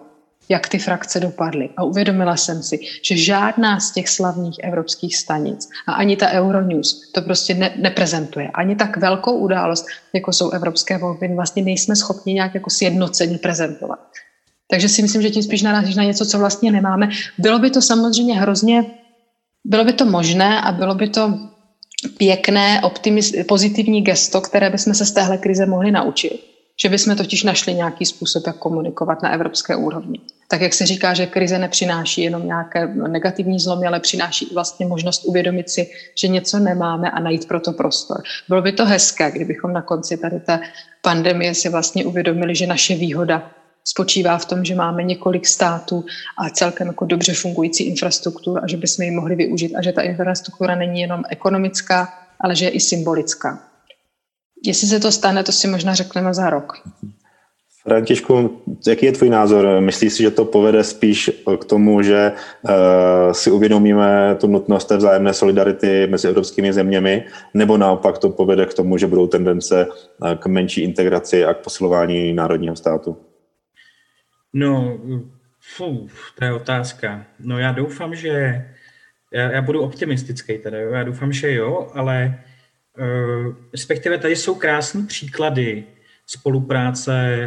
jak ty frakce dopadly. A uvědomila jsem si, že žádná z těch slavných evropských stanic a ani ta Euronews to prostě neprezentuje. Ani tak velkou událost, jako jsou evropské volby, vlastně nejsme schopni nějak jako sjednoceně prezentovat. Takže si myslím, že tím spíš narazíš na něco, co vlastně nemáme. Bylo by to samozřejmě bylo by to možné a bylo by to pěkné, pozitivní gesto, které bychom se z téhle krize mohli naučit. Že bychom totiž našli nějaký způsob, jak komunikovat na evropské úrovni. Tak jak se říká, že krize nepřináší jenom nějaké negativní zlomy, ale přináší vlastně možnost uvědomit si, že něco nemáme a najít pro to prostor. Bylo by to hezké, kdybychom na konci tady té pandemie si vlastně uvědomili, že naše výhoda spočívá v tom, že máme několik států a celkem jako dobře fungující infrastrukturu a že bychom ji mohli využít a že ta infrastruktura není jenom ekonomická, ale že je i symbolická. Jestli se to stane, to si možná řekneme za rok. Františku, jaký je tvůj názor? Myslíš si, že to povede spíš k tomu, že si uvědomíme tu nutnost té vzájemné solidarity mezi evropskými zeměmi, nebo naopak to povede k tomu, že budou tendence k menší integraci a k posilování národního státu? No, to je otázka. No já doufám, že já budu optimistický teda, já doufám, že jo, ale respektive tady jsou krásné příklady spolupráce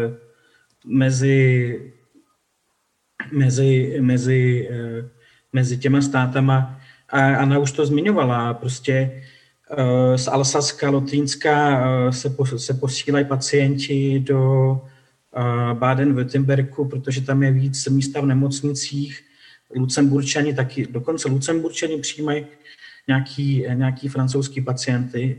mezi těma státama. A Anna už to zmiňovala, prostě z Alsaska, Lotrinska se posílají pacienti do Baden-Württembergu, protože tam je víc místa v nemocnicích. Lucemburčani taky, dokonce Lucemburčani přijímají nějaký francouzský pacienty.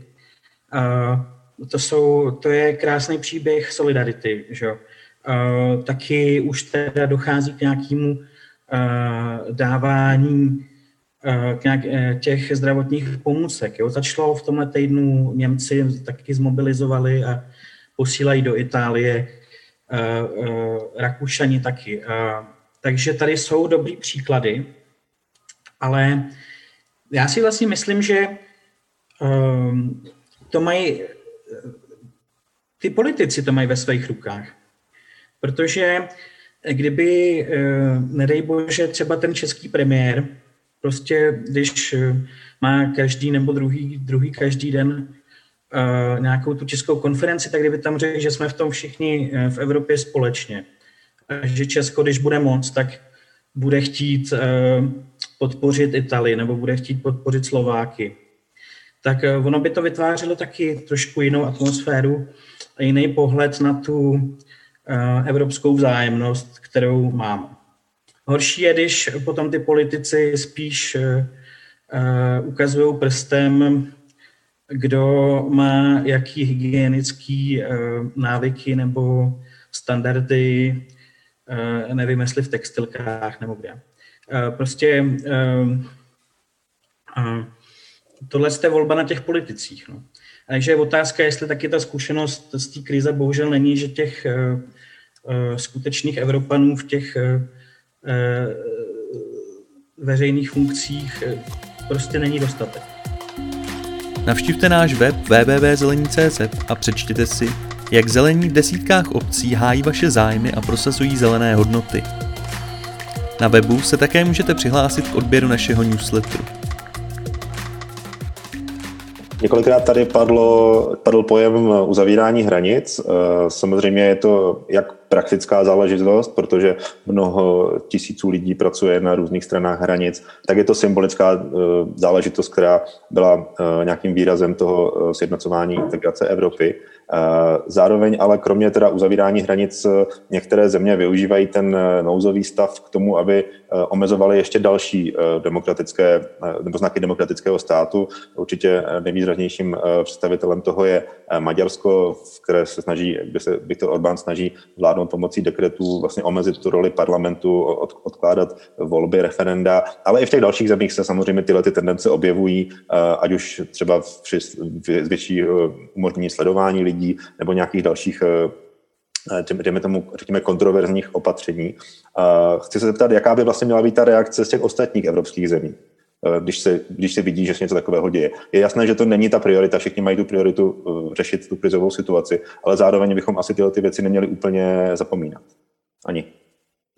To je krásný příběh solidarity. Že? Taky už teda dochází k nějakému dávání těch zdravotních pomůcek. Jo? Začalo v tomhle týdnu, Němci taky zmobilizovali a posílají do Itálie, Rakušani taky. Takže tady jsou dobrý příklady, ale já si vlastně myslím, že to mají, ty politici to mají ve svých rukách. Protože kdyby, nedej bože, třeba ten český premiér, prostě když má každý nebo druhý každý den nějakou tu českou konferenci, tak kdyby tam řekl, že jsme v tom všichni v Evropě společně. A že Česko, když bude moc, tak bude chtít podpořit Itálii nebo bude chtít podpořit Slováky. Tak ono by to vytvářelo taky trošku jinou atmosféru a jiný pohled na tu evropskou vzájemnost, kterou máme. Horší je, když potom ty politici spíš ukazují prstem, kdo má jaký hygienický návyky nebo standardy, nevím, jestli v textilkách nebo kde. Prostě tohle je volba na těch politicích. No. Takže je otázka, jestli taky ta zkušenost z té krize bohužel není, že těch skutečných Evropanů v těch veřejných funkcích prostě není dostatek. Navštivte náš web www.zelení.cz a přečtěte si, jak zelení v desítkách obcí hájí vaše zájmy a prosazují zelené hodnoty. Na webu se také můžete přihlásit k odběru našeho newsletteru. Několikrát tady padl pojem uzavírání hranic. Samozřejmě je to jak praktická záležitost, protože mnoho tisíců lidí pracuje na různých stranách hranic, tak je to symbolická záležitost, která byla nějakým výrazem toho sjednocování integrace Evropy. Zároveň ale kromě teda uzavírání hranic některé země využívají ten nouzový stav k tomu, aby omezovali ještě další demokratické nebo znaky demokratického státu. Určitě nejvýraznějším představitelem toho je Maďarsko, v které se snaží, kde se Viktor Orbán snaží vládnout pomocí dekretů, vlastně omezit tu roli parlamentu, odkládat volby, referenda, ale i v těch dalších zemích se samozřejmě tyhle ty tendence objevují, ať už třeba při větší umožnění sledování lidí nebo nějakých dalších, dejme tomu, řekněme, kontroverzních opatření. Chci se zeptat, jaká by vlastně měla být ta reakce z těch ostatních evropských zemí, když se vidí, že se něco takového děje. Je jasné, že to není ta priorita, všichni mají tu prioritu řešit tu krizovou situaci, ale zároveň bychom asi tyhle ty věci neměli úplně zapomínat. Ani.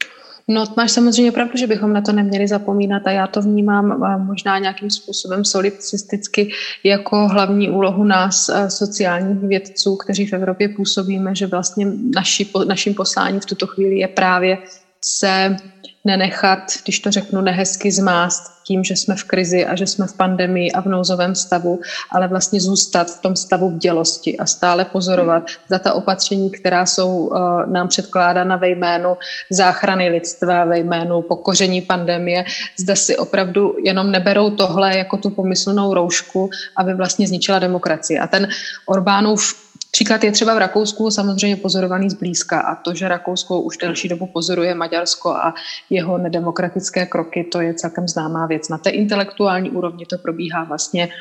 No, máš samozřejmě pravdu, že bychom na to neměli zapomínat a já to vnímám možná nějakým způsobem solipsisticky jako hlavní úlohu nás, sociálních vědců, kteří v Evropě působíme, že vlastně naším posláním v tuto chvíli je právě se nenechat, když to řeknu nehezky, zmást tím, že jsme v krizi a že jsme v pandemii a v nouzovém stavu, ale vlastně zůstat v tom stavu bdělosti a stále pozorovat za ta opatření, která jsou nám předkládána ve jménu záchrany lidstva, ve jménu pokoření pandemie, zda si opravdu jenom neberou tohle jako tu pomyslnou roušku, aby vlastně zničila demokracii. A ten Orbánův příklad je třeba v Rakousku samozřejmě pozorovaný zblízka a to, že Rakousko už delší dobu pozoruje Maďarsko a jeho nedemokratické kroky, to je celkem známá věc. Na té intelektuální úrovni to probíhá vlastně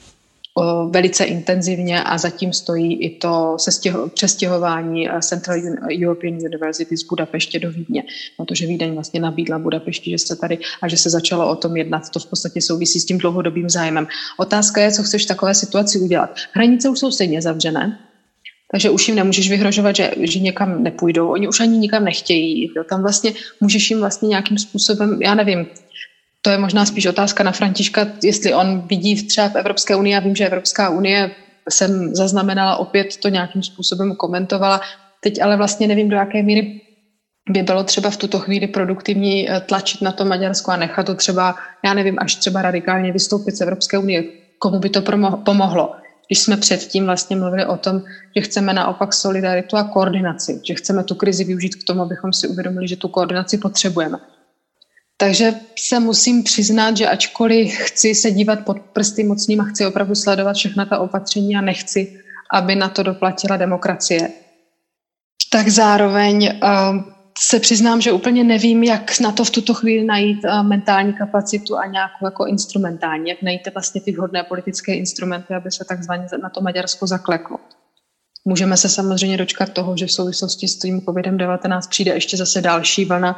velice intenzivně a zatím stojí i to přestěhování Central European University z Budapeště do Vídně, protože Vídeň vlastně nabídla Budapešti, že se tady a že se začalo o tom jednat. To v podstatě souvisí s tím dlouhodobým zájmem. Otázka je, co chceš v takové situaci udělat. Hranice už jsou stejně zavřené, takže už jim nemůžeš vyhrožovat, že někam nepůjdou. Oni už ani nikam nechtějí jít. Tam vlastně můžeš jim vlastně nějakým způsobem, já nevím, to je možná spíš otázka na Františka, jestli on vidí třeba v Evropské unii. Já vím, že Evropská unie jsem zaznamenala, opět to nějakým způsobem komentovala. Teď ale vlastně nevím, do jaké míry by bylo třeba v tuto chvíli produktivní tlačit na to Maďarsko a nechat to třeba, já nevím, až třeba radikálně vystoupit z Evropské unie. Komu by to pomohlo? Když jsme předtím vlastně mluvili o tom, že chceme naopak solidaritu a koordinaci, že chceme tu krizi využít k tomu, abychom si uvědomili, že tu koordinaci potřebujeme. Takže se musím přiznat, že ačkoliv chci se dívat pod prsty mocným a chci opravdu sledovat všechna ta opatření a nechci, aby na to doplatila demokracie, tak zároveň se přiznám, že úplně nevím, jak na to v tuto chvíli najít mentální kapacitu a nějakou jako instrumentální, jak najít vlastně ty vhodné politické instrumenty, aby se takzvaně na to Maďarsko zakleklo. Můžeme se samozřejmě dočkat toho, že v souvislosti s tím COVID-19 přijde ještě zase další vlna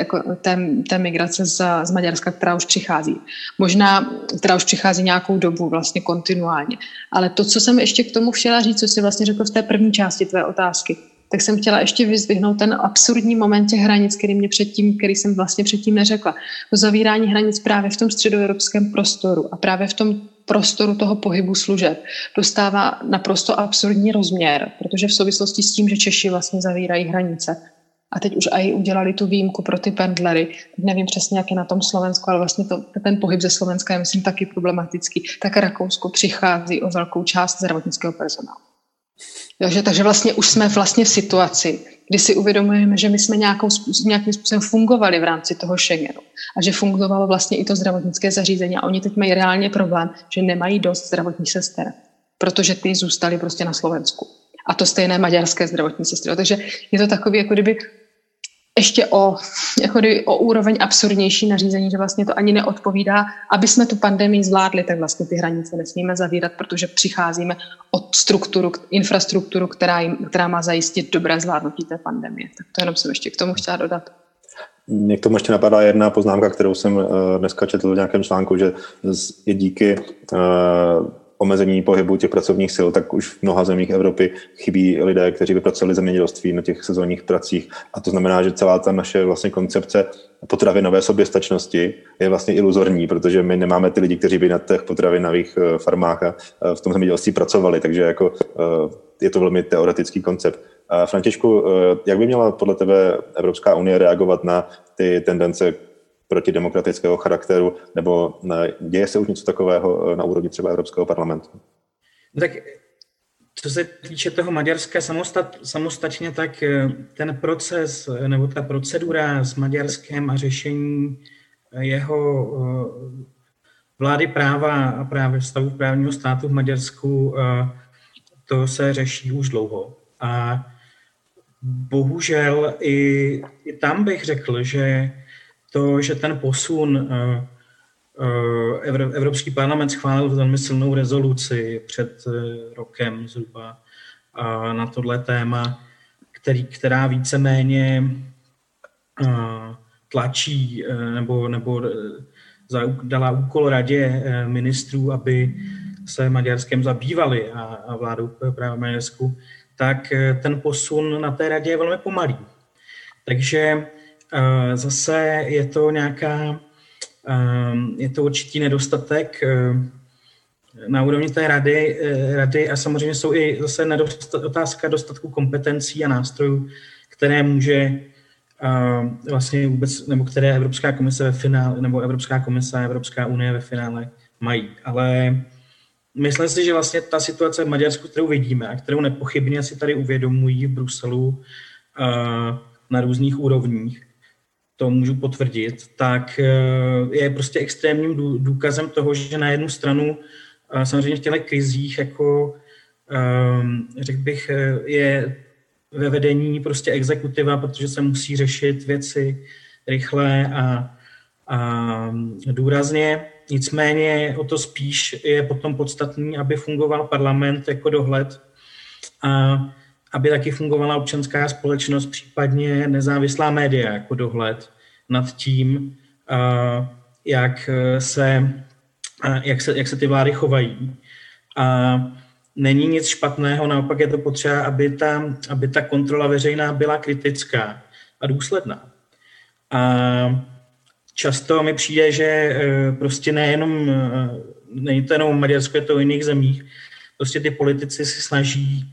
té migrace z Maďarska, která už přichází. Možná, která už přichází nějakou dobu, vlastně kontinuálně. Ale to, co jsem ještě k tomu chtěla říct, co jsi vlastně řekl v té první části tvé otázky, tak jsem chtěla ještě vyzdvihnout ten absurdní moment těch hranic, který jsem vlastně předtím neřekla. To zavírání hranic právě v tom středoevropském prostoru a právě v tom prostoru toho pohybu služeb dostává naprosto absurdní rozměr, protože v souvislosti s tím, že Češi vlastně zavírají hranice a teď už i udělali tu výjimku pro ty pendlery, nevím přesně, jak je na tom Slovensku, ale vlastně ten pohyb ze Slovenska je, myslím, taky problematický, tak Rakousko přichází o velkou část zdravotnického personálu. Takže vlastně už jsme vlastně v situaci, kdy si uvědomujeme, že my jsme nějakým způsobem fungovali v rámci toho Schengenu a že fungovalo vlastně i to zdravotnické zařízení a oni teď mají reálně problém, že nemají dost zdravotních sester, protože ty zůstaly prostě na Slovensku. A to stejné maďarské zdravotní sestry. Takže je to takový, jako kdyby ještě o úroveň absurdnější nařízení, že vlastně to ani neodpovídá. Aby jsme tu pandemii zvládli, tak vlastně ty hranice nesmíme zavírat, protože přicházíme od infrastrukturu, která má zajistit dobré zvládnutí té pandemie. Tak to jenom jsem ještě k tomu chtěla dodat. Mě k tomu ještě napadá jedna poznámka, kterou jsem dneska četl v nějakém článku, že je díky omezení pohybu těch pracovních sil, tak už v mnoha zemích Evropy chybí lidé, kteří by pracovali zemědělství na těch sezónních pracích. A to znamená, že celá ta naše vlastně koncepce potravinové soběstačnosti je vlastně iluzorní, protože my nemáme ty lidi, kteří by na těch potravinových farmách a v tom zemědělství pracovali. Takže jako je to velmi teoretický koncept. Františku, jak by měla podle tebe Evropská unie reagovat na ty tendence protidemokratického charakteru, nebo děje se už něco takového na úrovni třeba Evropského parlamentu? Tak co se týče toho Maďarska samostatně, tak ten proces nebo ta procedura s Maďarskem a řešení jeho vlády práva a právě stavu právního státu v Maďarsku, to se řeší už dlouho. A bohužel i tam bych řekl, že ten posun Evropský parlament schválil velmi silnou rezoluci před rokem zhruba na tohle téma, která víceméně tlačí nebo dala úkol radě ministrů, aby se Maďarskem zabývali a vládou práva Maďarsku, tak ten posun na té radě je velmi pomalý. Takže zase je to určitý nedostatek na úrovni té rady a samozřejmě jsou i zase otázka dostatku kompetencí a nástrojů, které může vlastně vůbec, nebo které Evropská komise ve finále, nebo Evropská komise a Evropská unie ve finále mají. Ale myslím si, že vlastně ta situace v Maďarsku, kterou vidíme a kterou nepochybně si tady uvědomují v Bruselu na různých úrovních, to můžu potvrdit, tak je prostě extrémním důkazem toho, že na jednu stranu samozřejmě v těchto krizích, jako řekl bych, je ve vedení prostě exekutiva, protože se musí řešit věci rychle a důrazně. Nicméně o to spíš je potom podstatný, aby fungoval parlament jako dohled a aby taky fungovala občanská společnost, případně nezávislá média jako dohled nad tím, jak se ty vlády chovají. A není nic špatného, naopak je to potřeba, aby ta kontrola veřejná byla kritická a důsledná. A často mi přijde, že prostě není to jenom v Maďarsku, je to v jiných zemích, prostě ty politici si snaží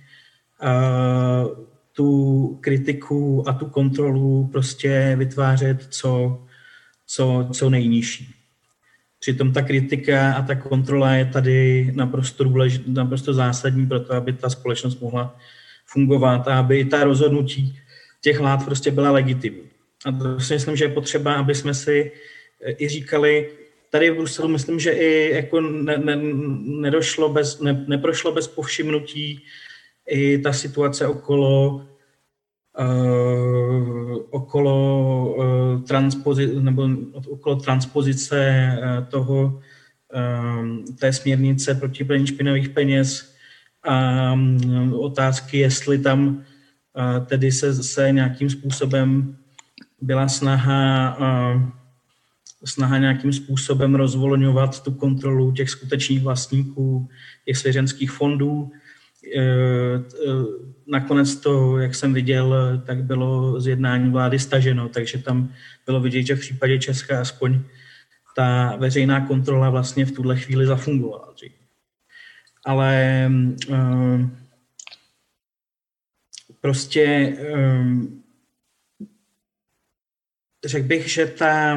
tu kritiku a tu kontrolu prostě vytvářet co nejnižší. Přitom ta kritika a ta kontrola je tady naprosto zásadní pro to, aby ta společnost mohla fungovat a aby i ta rozhodnutí těch vlád prostě byla legitimní. A to si myslím, že je potřeba, aby jsme si i říkali, tady v Bruselu myslím, že i jako neprošlo bez povšimnutí i ta situace okolo transpozice té směrnice proti praní špinavých peněz a otázky, jestli tam tedy se nějakým způsobem byla snaha nějakým způsobem rozvolňovat tu kontrolu těch skutečných vlastníků, těch svěřenských fondů. Nakonec to, jak jsem viděl, tak bylo z jednání vlády staženo, takže tam bylo vidět, že v případě Česka aspoň ta veřejná kontrola vlastně v tuhle chvíli zafungovala. Ale prostě řekl bych, že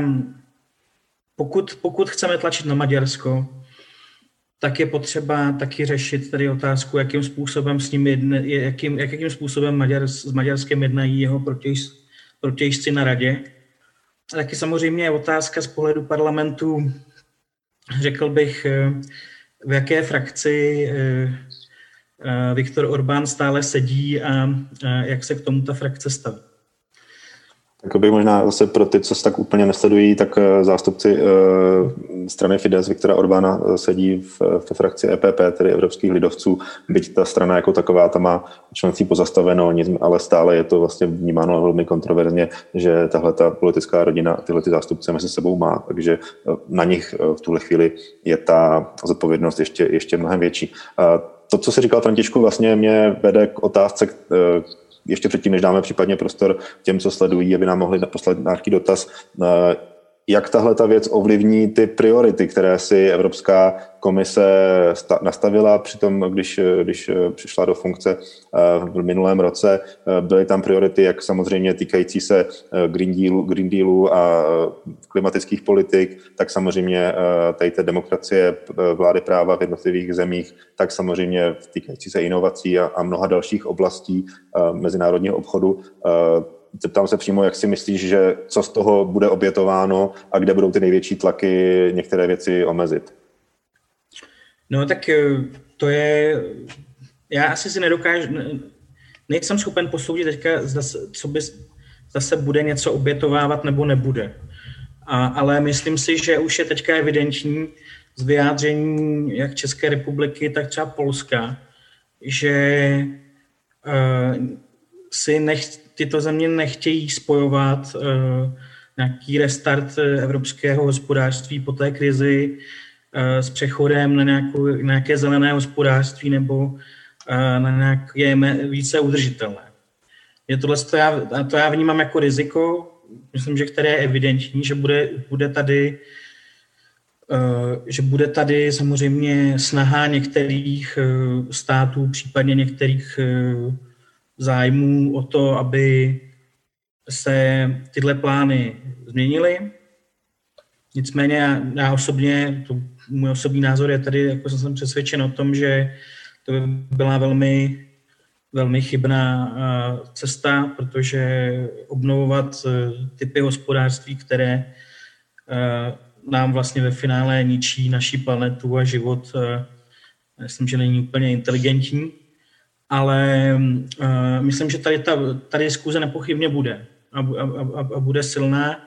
pokud chceme tlačit na Maďarsko, tak je potřeba taky řešit tady otázku, jakým způsobem jakým způsobem s Maďarskem jednají jeho protějšci na radě. A taky samozřejmě je otázka z pohledu parlamentu, řekl bych, v jaké frakci Viktor Orbán stále sedí a jak se k tomu ta frakce staví. Jakoby možná zase pro ty, co se tak úplně nesledují, tak zástupci strany Fidesz Viktora Orbána sedí v frakci EPP, tedy Evropských lidovců, byť ta strana jako taková tam má členství pozastaveno, ale stále je to vlastně vnímáno velmi kontroverzně, že tahle ta politická rodina tyhle ty zástupce mezi sebou má, takže na nich v tuhle chvíli je ta zodpovědnost ještě mnohem větší. To, co jsi říkal, Františku, vlastně mě vede k otázce, ještě předtím, než dáme případně prostor těm, co sledují, aby nám mohli poslat nějaký dotaz. Jak tahle ta věc ovlivní ty priority, které si Evropská komise nastavila při tom, když přišla do funkce v minulém roce? Byly tam priority, jak samozřejmě týkající se Green Dealu a klimatických politik, tak samozřejmě tady té demokracie, vlády práva v jednotlivých zemích, tak samozřejmě týkající se inovací a mnoha dalších oblastí mezinárodního obchodu. Zeptám se přímo, jak si myslíš, že co z toho bude obětováno a kde budou ty největší tlaky některé věci omezit? No tak to je, já asi si nejsem schopen posoudit teďka, zda se bude něco obětovávat nebo nebude. Ale myslím si, že už je teďka evidentní z vyjádření jak České republiky, tak třeba Polska, že tyto země nechtějí spojovat nějaký restart evropského hospodářství po té krizi s přechodem na nějaké zelené hospodářství nebo na nějaké více udržitelné. Je tohle, to já vnímám jako riziko myslím, že které je evidentní, že bude tady samozřejmě snaha některých států, případně některých zájmů o to, aby se tyhle plány změnily. Nicméně já osobně, můj osobní názor je tady, jako jsem přesvědčen o tom, že to by byla velmi, velmi chybná cesta, protože obnovovat typy hospodářství, které nám vlastně ve finále ničí naši planetu a život, myslím, že není úplně inteligentní, ale myslím, že ta diskuze nepochybně bude a bude silná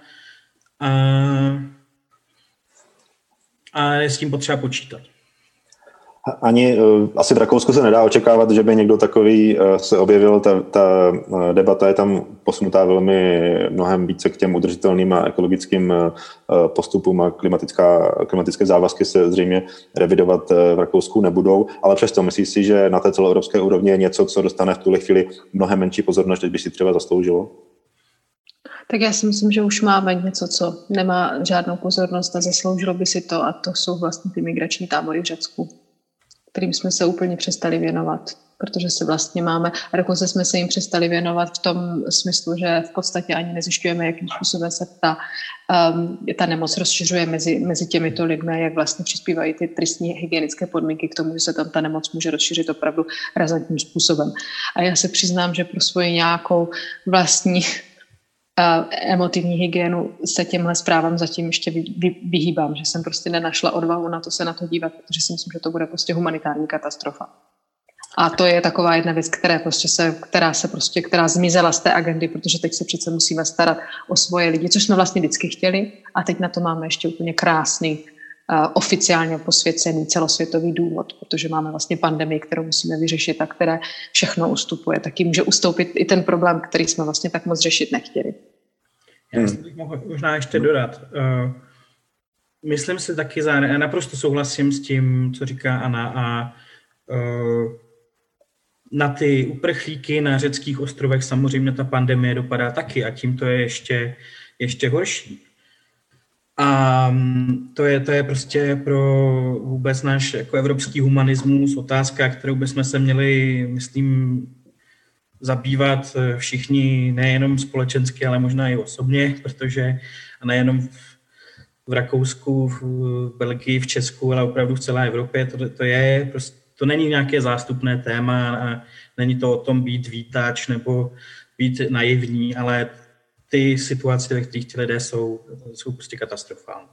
a je s tím potřeba počítat. Ani asi v Rakousku se nedá očekávat, že by někdo takový se objevil. Ta debata je tam posunutá velmi mnohem více k těm udržitelným a ekologickým postupům a klimatické závazky se zřejmě revidovat v Rakousku nebudou, ale přesto myslí si, že na té celoevropské úrovni je něco, co dostane v tuhle chvíli mnohem menší pozornost, než by si třeba zasloužilo? Tak já si myslím, že už máme něco, co nemá žádnou pozornost a zasloužilo by si to, a to jsou vlastně ty migrační tábory v Řecku, kterým jsme se úplně přestali věnovat, protože se vlastně máme, a dokonce jsme se jim přestali věnovat v tom smyslu, že v podstatě ani nezjišťujeme, jakým způsobem se ta nemoc rozšiřuje mezi těmito lidmi, jak vlastně přispívají ty tristní hygienické podmínky k tomu, že se tam ta nemoc může rozšířit opravdu razantním způsobem. A já se přiznám, že pro svoji nějakou vlastní emotivní hygienu se těmhle zprávám zatím ještě vyhýbám, že jsem prostě nenašla odvahu na to se na to dívat, protože si myslím, že to bude prostě humanitární katastrofa. A to je taková jedna věc, která zmizela z té agendy, protože teď se přece musíme starat o svoje lidi, což jsme vlastně vždycky chtěli, a teď na to máme ještě úplně krásný, oficiálně posvěcený celosvětový důvod, protože máme vlastně pandemii, kterou musíme vyřešit a které všechno ustupuje. Taky může ustoupit i ten problém, který jsme vlastně tak moc řešit nechtěli. Já bych mohl možná ještě dodat. Myslím si taky, já naprosto souhlasím s tím, co říká Anna, a na ty uprchlíky na řeckých ostrovech samozřejmě ta pandemie dopadá taky a tím to je ještě horší. A to je prostě pro vůbec náš jako evropský humanismus otázka, kterou bychom se měli, myslím, zabývat všichni, nejenom společensky, ale možná i osobně, protože a nejenom v Rakousku, v Belgii, v Česku, ale opravdu v celé Evropě. To není nějaké zástupné téma a není to o tom být vítač nebo být naivní, ale ty situace, ve kterých ti lidé jsou prostě katastrofální.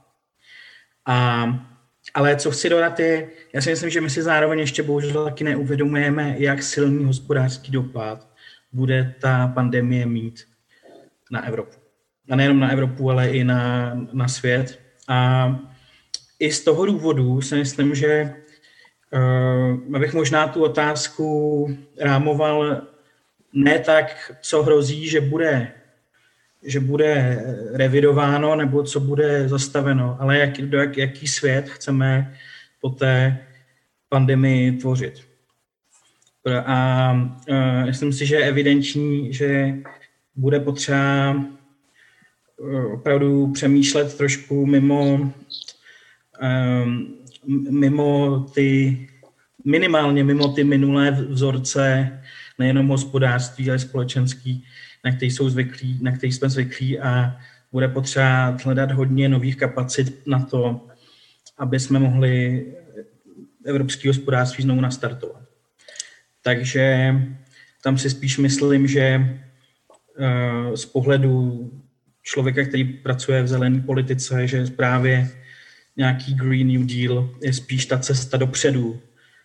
Ale co chci dodat je, já si myslím, že my si zároveň ještě bohužel taky neuvědomujeme, jak silný hospodářský dopad bude ta pandemie mít na Evropu. A nejenom na Evropu, ale i na svět. A i z toho důvodu si myslím, že abych možná tu otázku rámoval ne tak, co hrozí, že bude revidováno nebo co bude zastaveno, ale jaký svět chceme po té pandemii tvořit. A myslím si, že je evidentní, že bude potřeba opravdu přemýšlet trošku minimálně mimo ty minulé vzorce, nejenom hospodářství, ale společenský, na který jsme zvyklí, a bude potřeba hledat hodně nových kapacit na to, aby jsme mohli evropské hospodářství znovu nastartovat. Takže tam si spíš myslím, že z pohledu člověka, který pracuje v zelené politice, že právě nějaký Green New Deal je spíš ta cesta dopředu,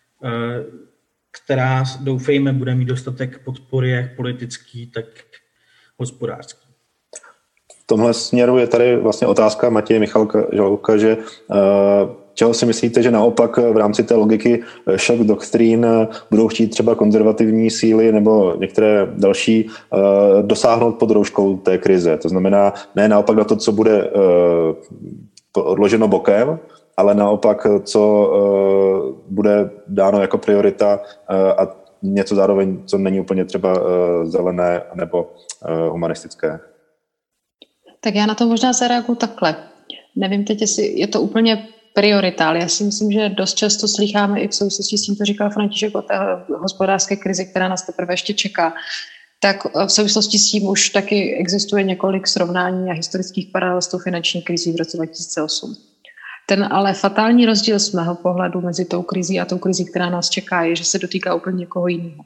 která, doufejme, bude mít dostatek podpory jak politický, tak hospodářský. V tomhle směru je tady vlastně otázka Matěje Michalka, že čeho si myslíte, že naopak v rámci té logiky shock doktrín budou chtít třeba konzervativní síly nebo některé další dosáhnout pod rouškou té krize? To znamená ne naopak na to, co bude odloženo bokem, ale naopak, co bude dáno jako priorita a něco zároveň, co není úplně třeba zelené nebo humanistické. Tak já na to možná zareaguju takhle. Nevím teď, jestli je to úplně priorita, ale já si myslím, že dost často slycháme i v souvislosti s tím, co říkal František o té hospodářské krizi, která nás teprve ještě čeká. Tak v souvislosti s tím už taky existuje několik srovnání a historických paralel s tou finanční krizí v roce 2008. Ten ale fatální rozdíl z mého pohledu mezi tou krizí a tou krizí, která nás čeká, je, že se dotýká úplně někoho jiného.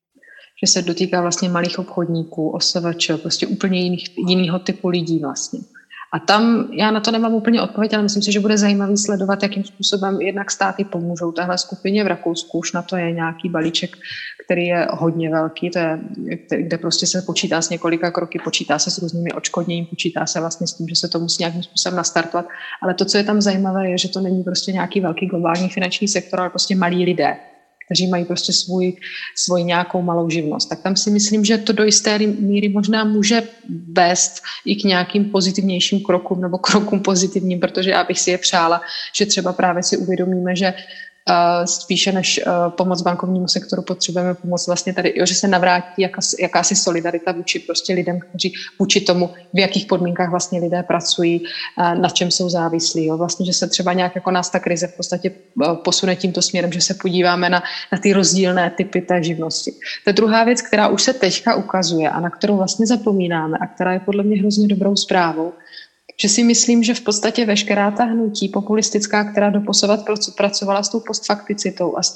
Že se dotýká vlastně malých obchodníků, OSVČ, prostě úplně jiného typu lidí vlastně. A tam já na to nemám úplně odpověď, ale myslím si, že bude zajímavý sledovat, jakým způsobem jednak státy pomůžou téhle skupině. V Rakousku už na to je nějaký balíček, který je hodně velký, to je, kde prostě se počítá s několika kroky, počítá se s různými odškodněním, počítá se vlastně s tím, že se to musí nějakým způsobem nastartovat. Ale to, co je tam zajímavé, je, že to není prostě nějaký velký globální finanční sektor, ale prostě malí lidé, kteří mají prostě svůj nějakou malou živnost. Tak tam si myslím, že to do jisté míry možná může vést i k nějakým pozitivnějším krokům nebo krokům pozitivním, protože já bych si je přála, že třeba právě si uvědomíme, že spíše než pomoc bankovnímu sektoru potřebujeme pomoc vlastně tady, že se navrátí jakási solidarita vůči prostě lidem, kteří vůči tomu, v jakých podmínkách vlastně lidé pracují, na čem jsou závislí. Jo. Vlastně, že se třeba nějak jako nás ta krize v podstatě posune tímto směrem, že se podíváme na ty rozdílné typy té živnosti. To je druhá věc, která už se teďka ukazuje a na kterou vlastně zapomínáme a která je podle mě hrozně dobrou zprávou, že si myslím, že v podstatě veškerá ta hnutí populistická, která doposavad pracovala s tou postfakticitou a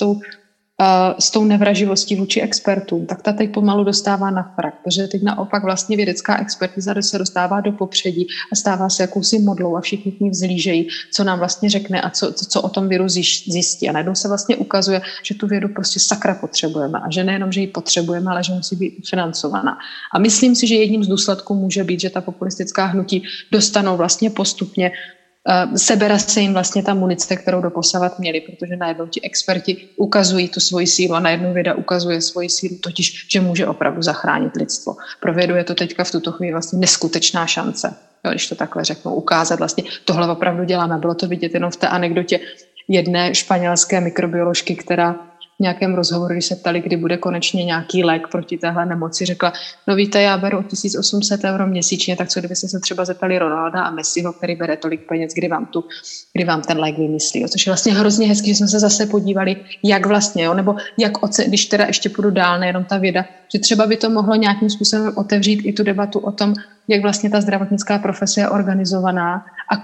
s tou nevraživostí vůči expertům, tak ta teď pomalu dostává na frak, protože teď naopak vlastně vědecká expertiza se dostává do popředí a stává se jakousi modlou a všichni k ní vzlížejí, co nám vlastně řekne a co o tom viru zjistí. A najednou se vlastně ukazuje, že tu vědu prostě sakra potřebujeme a že nejenom, že ji potřebujeme, ale že musí být financovaná. A myslím si, že jedním z důsledků může být, že ta populistická hnutí dostanou vlastně postupně sebere se jim vlastně ta munice, kterou doposavat měli, protože najednou ti experti ukazují tu svoji sílu a najednou věda ukazuje svoji sílu, totiž, že může opravdu zachránit lidstvo. Pro vědu je to teďka v tuto chvíli vlastně neskutečná šance, jo, když to takhle řeknu, ukázat vlastně, tohle opravdu děláme. Bylo to vidět jenom v té anekdotě jedné španělské mikrobioložky, která v nějakém rozhovoru, když se ptali, kdy bude konečně nějaký lék proti téhle nemoci, řekla, no víte, já beru 1800 € měsíčně, tak co kdybyste se třeba zeptali Ronalda a Messiho, který bere tolik peněz, kdy vám ten lék vymyslí. Jo? Což je vlastně hrozně hezký, že jsme se zase podívali, jak vlastně, jo? Nebo jak když teda ještě půjdu dál, nejenom ta věda, že třeba by to mohlo nějakým způsobem otevřít i tu debatu o tom, jak vlastně ta zdravotnická profese je organizovaná a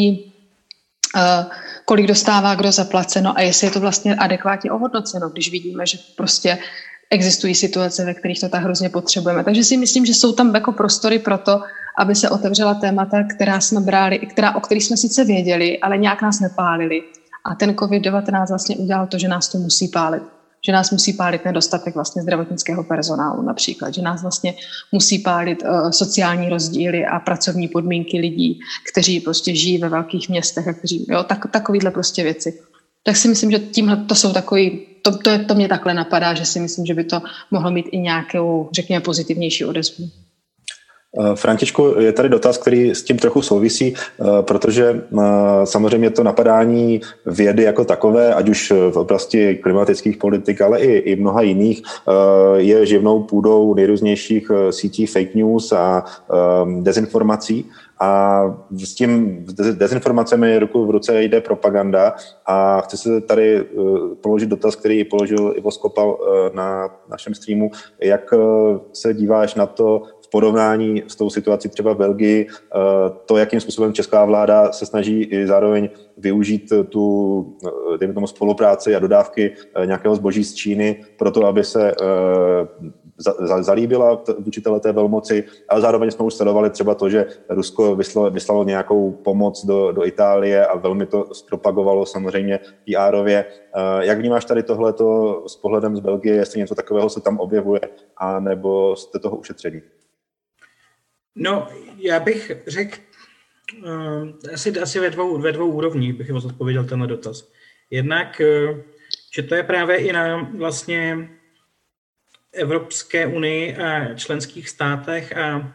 kolik dostává kdo zaplaceno a jestli je to vlastně adekvátně ohodnoceno, když vidíme, že prostě existují situace, ve kterých to tak hrozně potřebujeme. Takže si myslím, že jsou tam jako prostory pro to, aby se otevřela témata, která jsme brali, o kterých jsme sice věděli, ale nějak nás nepálili. A ten COVID-19 vlastně udělal to, že nás to musí pálit. Že nás musí pálit nedostatek vlastně zdravotnického personálu například, že nás vlastně musí pálit sociální rozdíly a pracovní podmínky lidí, kteří prostě žijí ve velkých městech a kteří, jo, takovýhle prostě věci. Tak si myslím, že tímhle to jsou takový, to mě takhle napadá, že si myslím, že by to mohlo mít i nějakou, řekněme, pozitivnější odezvu. Františku, je tady dotaz, který s tím trochu souvisí, protože samozřejmě to napadání vědy jako takové, ať už v oblasti klimatických politik, ale i mnoha jiných, je živnou půdou nejrůznějších sítí fake news a dezinformací. A s tím dezinformacemi ruku v ruce jde propaganda a chci se tady položit dotaz, který položil Ivo Skopal na našem streamu. Jak se díváš na to v porovnání s tou situací třeba v Belgii, to, jakým způsobem česká vláda se snaží i zároveň využít tu, dejme tomu, spolupráci a dodávky nějakého zboží z Číny pro to, aby se zalíbila vůči té velmoci, ale zároveň jsme už sledovali třeba to, že Rusko vyslalo nějakou pomoc do Itálie a velmi to zpropagovalo samozřejmě PR-ově. Jak vnímáš tady tohleto s pohledem z Belgie, jestli něco takového se tam objevuje, anebo jste toho ušetření? No, já bych řekl, asi ve dvou úrovních bych odpověděl tenhle dotaz. Jednak, že to je právě i na vlastně Evropské unii a členských státech a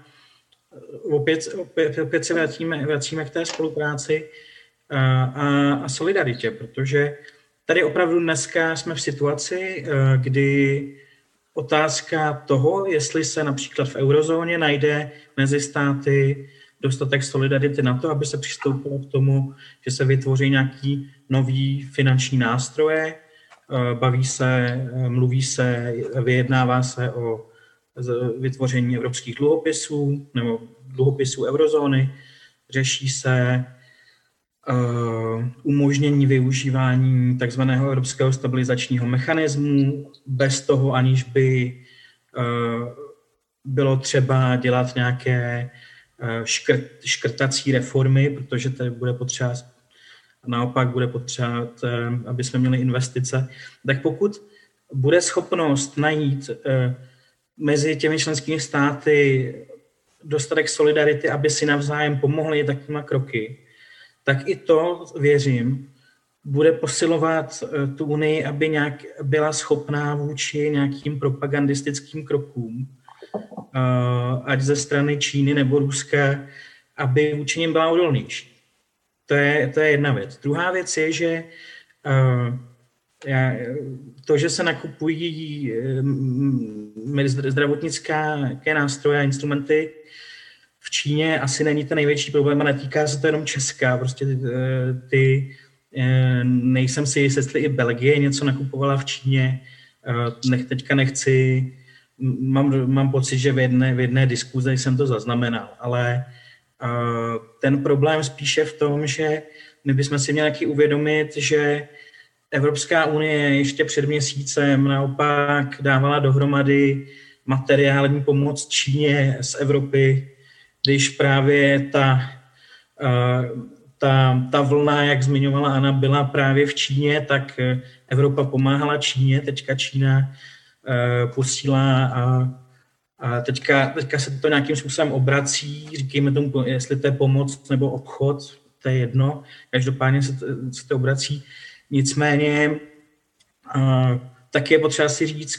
opět se vracíme k té spolupráci a solidaritě, protože tady opravdu dneska jsme v situaci, kdy otázka toho, jestli se například v eurozóně najde mezi státy dostatek solidarity na to, aby se přistoupilo k tomu, že se vytvoří nějaký nový finanční nástroje, baví se, mluví se, vyjednává se o vytvoření evropských dluhopisů nebo dluhopisů eurozóny, řeší se umožnění využívání takzvaného evropského stabilizačního mechanismu bez toho, aniž by bylo třeba dělat nějaké škrtací reformy, protože tady bude potřeba, naopak bude potřeba, aby jsme měli investice. Tak pokud bude schopnost najít mezi těmi členskými státy dostatek solidarity, aby si navzájem pomohli takovýma kroky, tak i to, věřím, bude posilovat tu Unii, aby nějak byla schopná vůči nějakým propagandistickým krokům, ať ze strany Číny nebo Ruska, aby vůči nim byla odolnější. To je jedna věc. Druhá věc je, že to, že se nakupují zdravotnické nástroje a instrumenty v Číně, asi není ten největší problém a netýká se to jenom Česka. Prostě nejsem si jist, jestli i Belgie něco nakupovala v Číně. Teďka nechci, mám pocit, že v jedné diskuzi jsem to zaznamenal, ale ten problém spíše v tom, že my bychom si měli taky uvědomit, že Evropská unie ještě před měsícem naopak dávala dohromady materiální pomoc Číně z Evropy, když právě ta vlna, jak zmiňovala Anna, byla právě v Číně, tak Evropa pomáhala Číně, teďka Čína posílá a teďka se to nějakým způsobem obrací, říkejme tomu, jestli to je pomoc nebo obchod, to je jedno, každopádně se to obrací. Nicméně tak je potřeba si říct,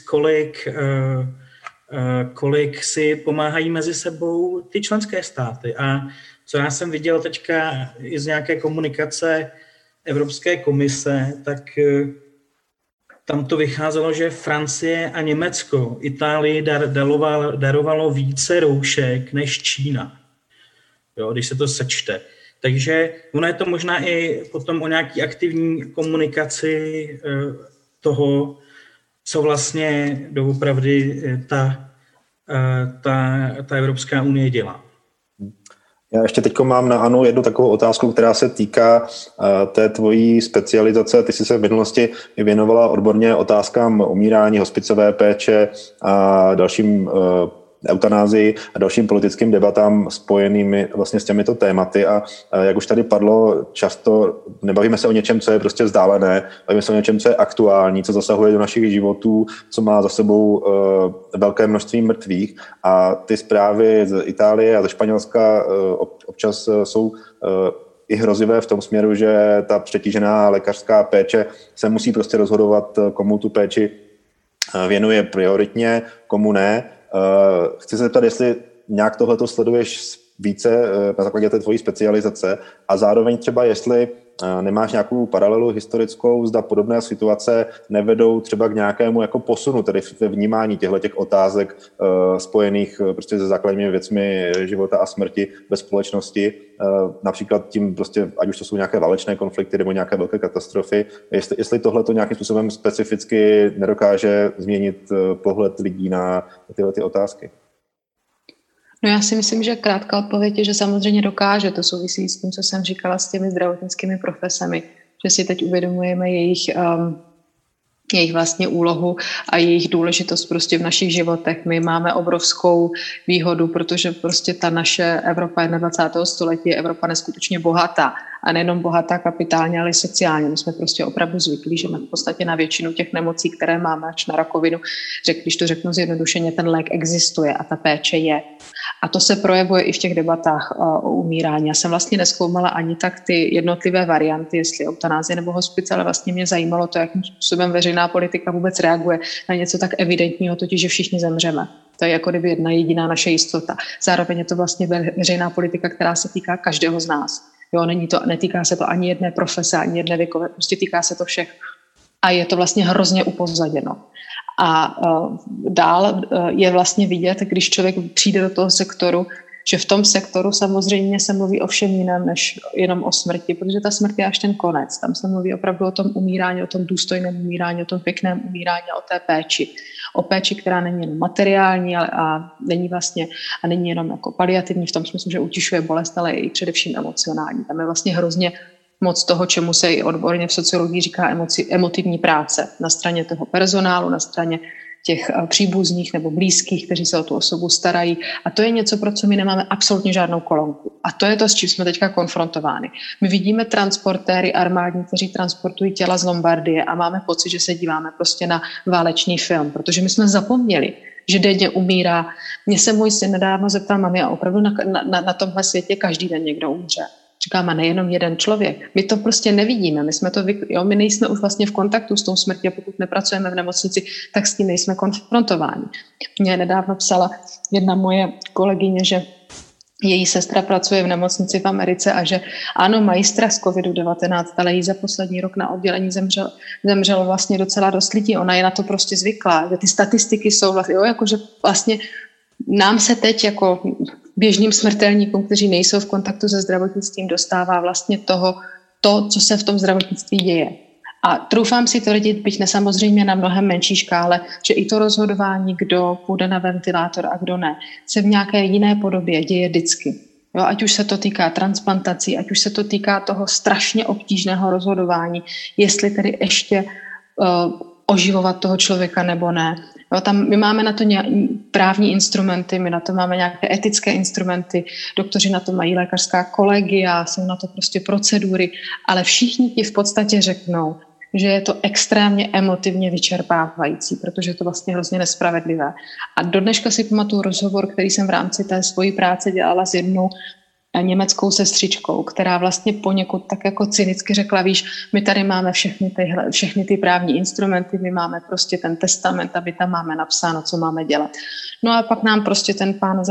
kolik si pomáhají mezi sebou ty členské státy. A co já jsem viděl teďka i z nějaké komunikace Evropské komise, tak tam to vycházelo, že Francie a Německo Itálii darovalo více roušek než Čína, jo, když se to sečte. Takže ono je to možná i potom o nějaký aktivní komunikaci toho, co vlastně doopravdy ta Evropská unie dělá. Já ještě teď mám na Anu jednu takovou otázku, která se týká té tvojí specializace. Ty jsi se v minulosti věnovala odborně otázkám umírání, hospicové péče a dalším eutanázii a dalším politickým debatám spojenými vlastně s těmito tématy a jak už tady padlo, často nebavíme se o něčem, co je prostě vzdálené, bavíme se o něčem, co je aktuální, co zasahuje do našich životů, co má za sebou velké množství mrtvých a ty zprávy z Itálie a ze Španělska občas jsou i hrozivé v tom směru, že ta přetížená lékařská péče se musí prostě rozhodovat, komu tu péči věnuje prioritně, komu ne. Chci se zeptat, jestli nějak tohleto sleduješ více na základě té tvojí specializace a zároveň třeba jestli nemáš nějakou paralelu historickou, zda podobné situace nevedou třeba k nějakému jako posunu, tedy ve vnímání těchto otázek spojených prostě se základními věcmi života a smrti ve společnosti, například tím prostě, ať už to jsou nějaké válečné konflikty nebo nějaké velké katastrofy, jestli tohleto nějakým způsobem specificky nedokáže změnit pohled lidí na tyhle ty otázky. No já si myslím, že krátká odpověď je, že samozřejmě dokáže. To souvisí s tím, co jsem říkala s těmi zdravotnickými profesemi, že si teď uvědomujeme jejich vlastně úlohu a jejich důležitost prostě v našich životech. My máme obrovskou výhodu, protože prostě ta naše Evropa 21. století je Evropa neskutečně bohatá. A nejenom bohatá kapitálně, ale i sociálně. My jsme prostě opravdu zvyklí, že v podstatě na většinu těch nemocí, které máme, až na rakovinu, když to řeknu zjednodušeně, ten lék existuje a ta péče je. A to se projevuje i v těch debatách o umírání. Já jsem vlastně nezkoumala ani tak ty jednotlivé varianty, jestli eutanázie nebo hospice, ale vlastně mě zajímalo to, jakým způsobem veřejná politika vůbec reaguje na něco tak evidentního, totiž, že všichni zemřeme. To je jako kdyby jedna jediná naše jistota. Zároveň je to vlastně veřejná politika, která se týká každého z nás. Jo, netýká se to ani jedné profese, ani jedné věkové, prostě týká se to všech. A je to vlastně hrozně upozaděno. A dál je vlastně vidět, když člověk přijde do toho sektoru, že v tom sektoru samozřejmě se mluví o všem jiném, než jenom o smrti, protože ta smrt je až ten konec. Tam se mluví opravdu o tom umírání, o tom důstojném umírání, o tom pěkném umírání a o té péči. O péči, která není jenom materiální a není jenom jako paliativní v tom smyslu, že utišuje bolest, ale i především emocionální. Tam je vlastně hrozně moc toho, čemu se i odborně v sociologii říká emotivní práce. Na straně toho personálu, na straně těch příbuzných nebo blízkých, kteří se o tu osobu starají. A to je něco, pro co my nemáme absolutně žádnou kolonku. A to je to, s čím jsme teďka konfrontováni. My vidíme transportéry armádní, kteří transportují těla z Lombardie a máme pocit, že se díváme prostě na válečný film, protože my jsme zapomněli, že denně umírá. Mně se můj syn nedávno zeptal, mami, a opravdu na tomhle světě každý den někdo umře. Říkám, a nejenom jeden člověk. My to prostě nevidíme. My nejsme už vlastně v kontaktu s tou smrtí a pokud nepracujeme v nemocnici, tak s tím nejsme konfrontováni. Mně nedávno psala jedna moje kolegyně, že její sestra pracuje v nemocnici v Americe a že ano, mají strach z COVID-19, ale jí za poslední rok na oddělení zemřelo vlastně docela dost lidí. Ona je na to prostě zvyklá. Že ty statistiky jsou jakože vlastně nám se teď jako běžným smrtelníkům, kteří nejsou v kontaktu se zdravotnictvím, dostává vlastně to, co se v tom zdravotnictví děje. A troufám si tvrdit, byť samozřejmě na mnohem menší škále, že i to rozhodování, kdo půjde na ventilátor a kdo ne, se v nějaké jiné podobě děje vždycky. Jo, ať už se to týká transplantací, ať už se to týká toho strašně obtížného rozhodování, jestli tedy ještě oživovat toho člověka nebo ne. Jo, my máme na to právní instrumenty, my na to máme nějaké etické instrumenty, doktoři na to mají lékařská kolegia, jsou na to prostě procedury, ale všichni ti v podstatě řeknou, že je to extrémně emotivně vyčerpávající, protože je to vlastně hrozně nespravedlivé. A do dneška si pamatuju rozhovor, který jsem v rámci té svojí práce dělala s jednou německou sestřičkou, která vlastně poněkud tak jako cynicky řekla, víš, my tady máme všechny ty právní instrumenty, my máme prostě ten testament a my tam máme napsáno, co máme dělat. No a pak nám prostě ten pán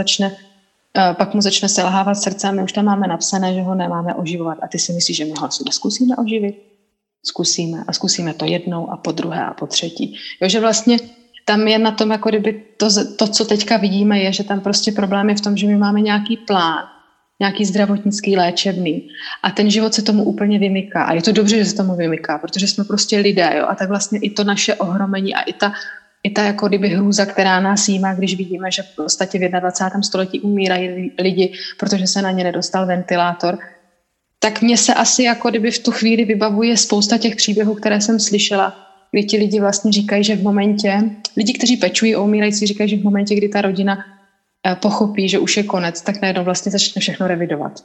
pak mu začne selhávat srdce a my už tam máme napsané, že ho nemáme oživovat. A ty si myslíš, že my ho zkusíme oživit? Zkusíme a zkusíme to jednou a po druhé a po třetí. Jo, že vlastně tam je na tom, jako kdyby to, co teďka vidíme, je, že tam prostě problém je v tom, že my máme nějaký plán, nějaký zdravotnický, léčebný a ten život se tomu úplně vymyká. A je to dobře, že se tomu vymyká, protože jsme prostě lidé, jo? A tak vlastně i to naše ohromení a i ta jako kdyby hrůza, která nás jímá, když vidíme, že v podstatě v 21. století umírají lidi, protože se na ně nedostal ventilátor, tak mně se asi jako kdyby v tu chvíli vybavuje spousta těch příběhů, které jsem slyšela, kdy ti lidi vlastně říkají, že v momentě, lidi, kteří pečují o umírající, říkají, že v momentě, kdy ta rodina pochopí, že už je konec, tak najednou vlastně začne všechno revidovat.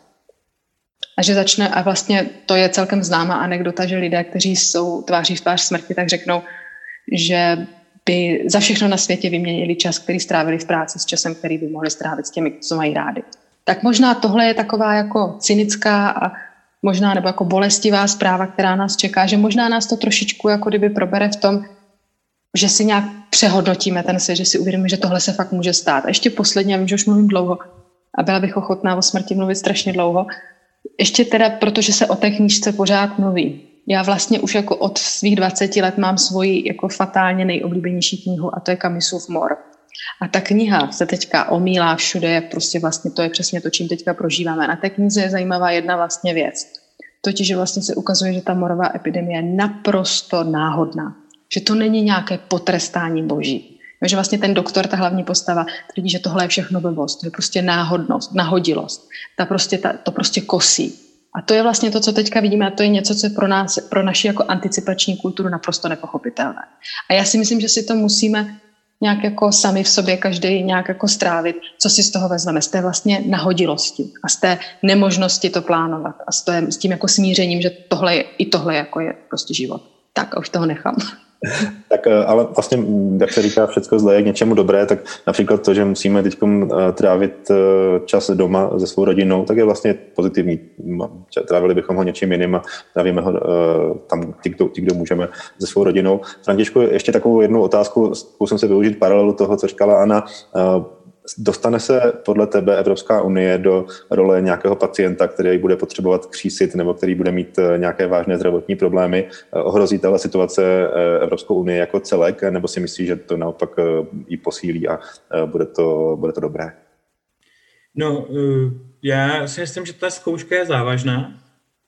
A vlastně to je celkem známá anekdota, že lidé, kteří jsou tváří v tvář smrti, tak řeknou, že by za všechno na světě vyměnili čas, který strávili v práci s časem, který by mohli strávit s těmi, co mají rádi. Tak možná tohle je taková jako cynická a možná nebo jako bolestivá zpráva, která nás čeká, že možná nás to trošičku jako kdyby probere v tom, že si nějak přehodnotíme ten svět, že si uvědomíme, že tohle se fakt může stát. A ještě posledně, já vím, že už mluvím dlouho a byla bych ochotná o smrti mluvit strašně dlouho. Ještě teda, protože se o té knížce pořád mluví. Já vlastně už jako od svých 20 let mám svoji jako fatálně nejoblíbenější knihu a to je Camusův Mor. A ta kniha se teďka omílá všude, jak prostě vlastně to je přesně to, čím teďka prožíváme. Na té knize je zajímavá jedna vlastně věc. Totiž, že vlastně se ukazuje, že ta morová epidemie je naprosto náhodná. Že to není nějaké potrestání boží. Že vlastně ten doktor, ta hlavní postava, tvrdí, že tohle je všechno blbost. To je prostě náhodnost, nahodilost. To prostě kosí. A to je vlastně to, co teďka vidíme, a to je něco, co je pro naši jako anticipační kulturu naprosto nepochopitelné. A já si myslím, že si to musíme nějak jako sami v sobě každý nějak jako strávit, co si z toho vezmeme, z té vlastně nahodilosti a z té nemožnosti to plánovat a s tím jako smířením, že tohle jako je prostě život. Tak a už toho nechám. Tak ale vlastně, jak se říká, všecko zlé je k něčemu dobré, tak například to, že musíme teď trávit čas doma se svou rodinou, tak je vlastně pozitivní. Trávili bychom ho něčím jiným a trávíme ho tam ti, kdo můžeme se svou rodinou. Františku, ještě takovou jednu otázku, zkusím se využít paralelu toho, co říkala Anna. Dostane se podle tebe Evropská unie do role nějakého pacienta, který bude potřebovat křísit nebo který bude mít nějaké vážné zdravotní problémy? Ohrozí tahle situace Evropskou unii jako celek, nebo si myslíš, že to naopak ji posílí a bude to dobré? No, já si myslím, že ta zkouška je závažná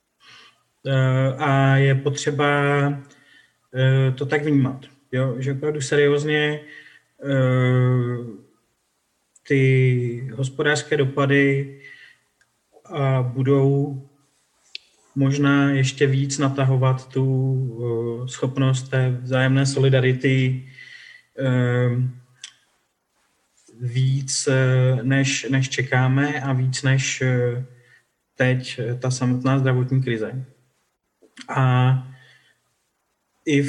a je potřeba to tak vnímat. Jo? Že opravdu seriózně ty hospodářské dopady budou možná ještě víc natahovat tu schopnost té vzájemné solidarity víc, než čekáme a víc než teď ta samotná zdravotní krize. A i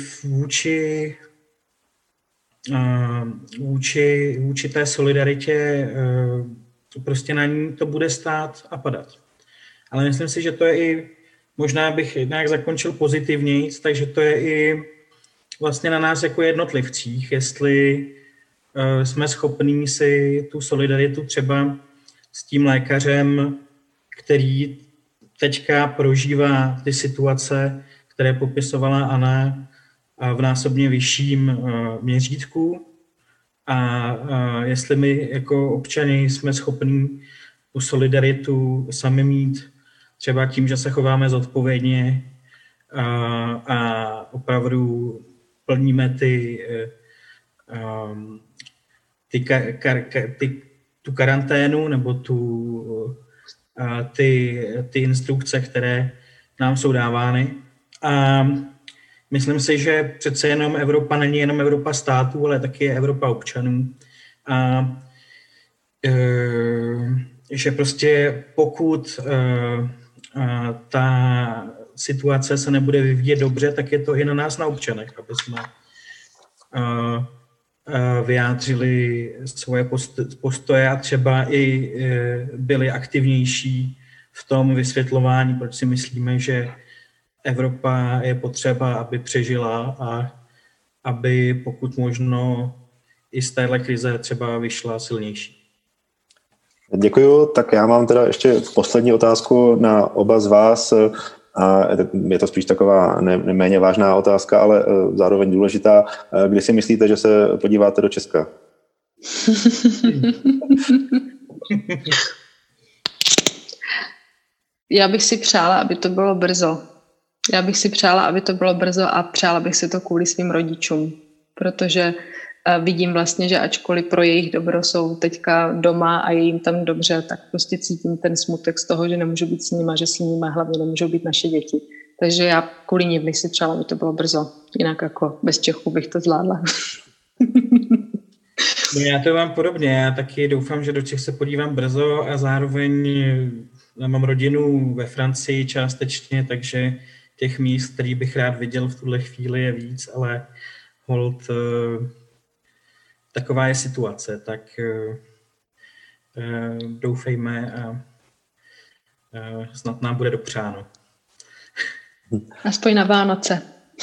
vůči té solidaritě prostě na ní to bude stát a padat. Ale myslím si, že to je i, možná bych nějak zakončil pozitivněji, takže to je i vlastně na nás jako jednotlivcích, jestli jsme schopní si tu solidaritu třeba s tím lékařem, který teďka prožívá ty situace, které popisovala Anna, v násobně vyšším měřítku a jestli my jako občani jsme schopní tu solidaritu sami mít třeba tím, že se chováme zodpovědně a opravdu plníme tu karanténu nebo ty instrukce, které nám jsou dávány. A myslím si, že přece jenom Evropa není jenom Evropa států, ale taky je Evropa občanů. A že prostě pokud ta situace se nebude vyvíjet dobře, tak je to i na nás, na občanech, aby jsme vyjádřili svoje postoje a třeba i byli aktivnější v tom vysvětlování, proč si myslíme, že Evropa je potřeba, aby přežila a aby pokud možno i z téhle krize třeba vyšla silnější. Děkuju, tak já mám teda ještě poslední otázku na oba z vás. A je to spíš taková neméně vážná otázka, ale zároveň důležitá. Kdy si myslíte, že se podíváte do Česka? Já bych si přála, aby to bylo brzo. A přála bych si to kvůli svým rodičům, protože vidím vlastně, že ačkoliv pro jejich dobro jsou teďka doma a je jim tam dobře, tak prostě cítím ten smutek z toho, že nemůžu být s nima, že s nimi hlavně nemůžou být naše děti. Takže já kvůli nim bych si přála, aby to bylo brzo. Jinak jako bez Čechů bych to zvládla. No já to mám podobně. Já taky doufám, že do Čech se podívám brzo a zároveň mám rodinu ve Francii částečně, takže těch míst, který bych rád viděl v tuhle chvíli je víc, ale hold taková je situace, tak doufejme a snad nám bude dopřáno. Aspoň na Vánoce.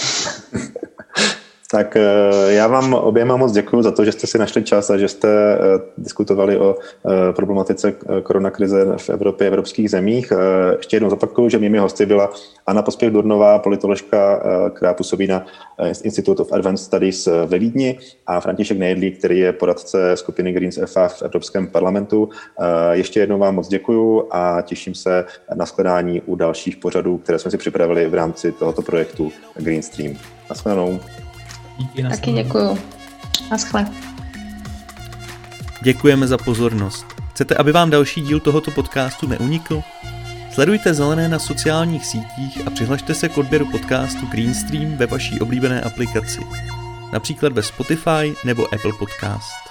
Tak já vám oběma moc děkuju za to, že jste si našli čas a že jste diskutovali o problematice koronakrize v Evropě, evropských zemích. Ještě jednou zopakuju, že mými hosty byla Anna Pospěch-Durnová, politoložka, která působí na Institute of Advanced Studies ve Vídni, a František Nejedlý, který je poradce skupiny Greens FA v Evropském parlamentu. Ještě jednou vám moc děkuju a těším se na shledání u dalších pořadů, které jsme si připravili v rámci tohoto projektu Green Stream. Naschledanou. Díky, taky děkuju. Naschle. Děkujeme za pozornost. Chcete, aby vám další díl tohoto podcastu neunikl? Sledujte Zelené na sociálních sítích a přihlašte se k odběru podcastu Greenstream ve vaší oblíbené aplikaci. Například ve Spotify nebo Apple Podcast.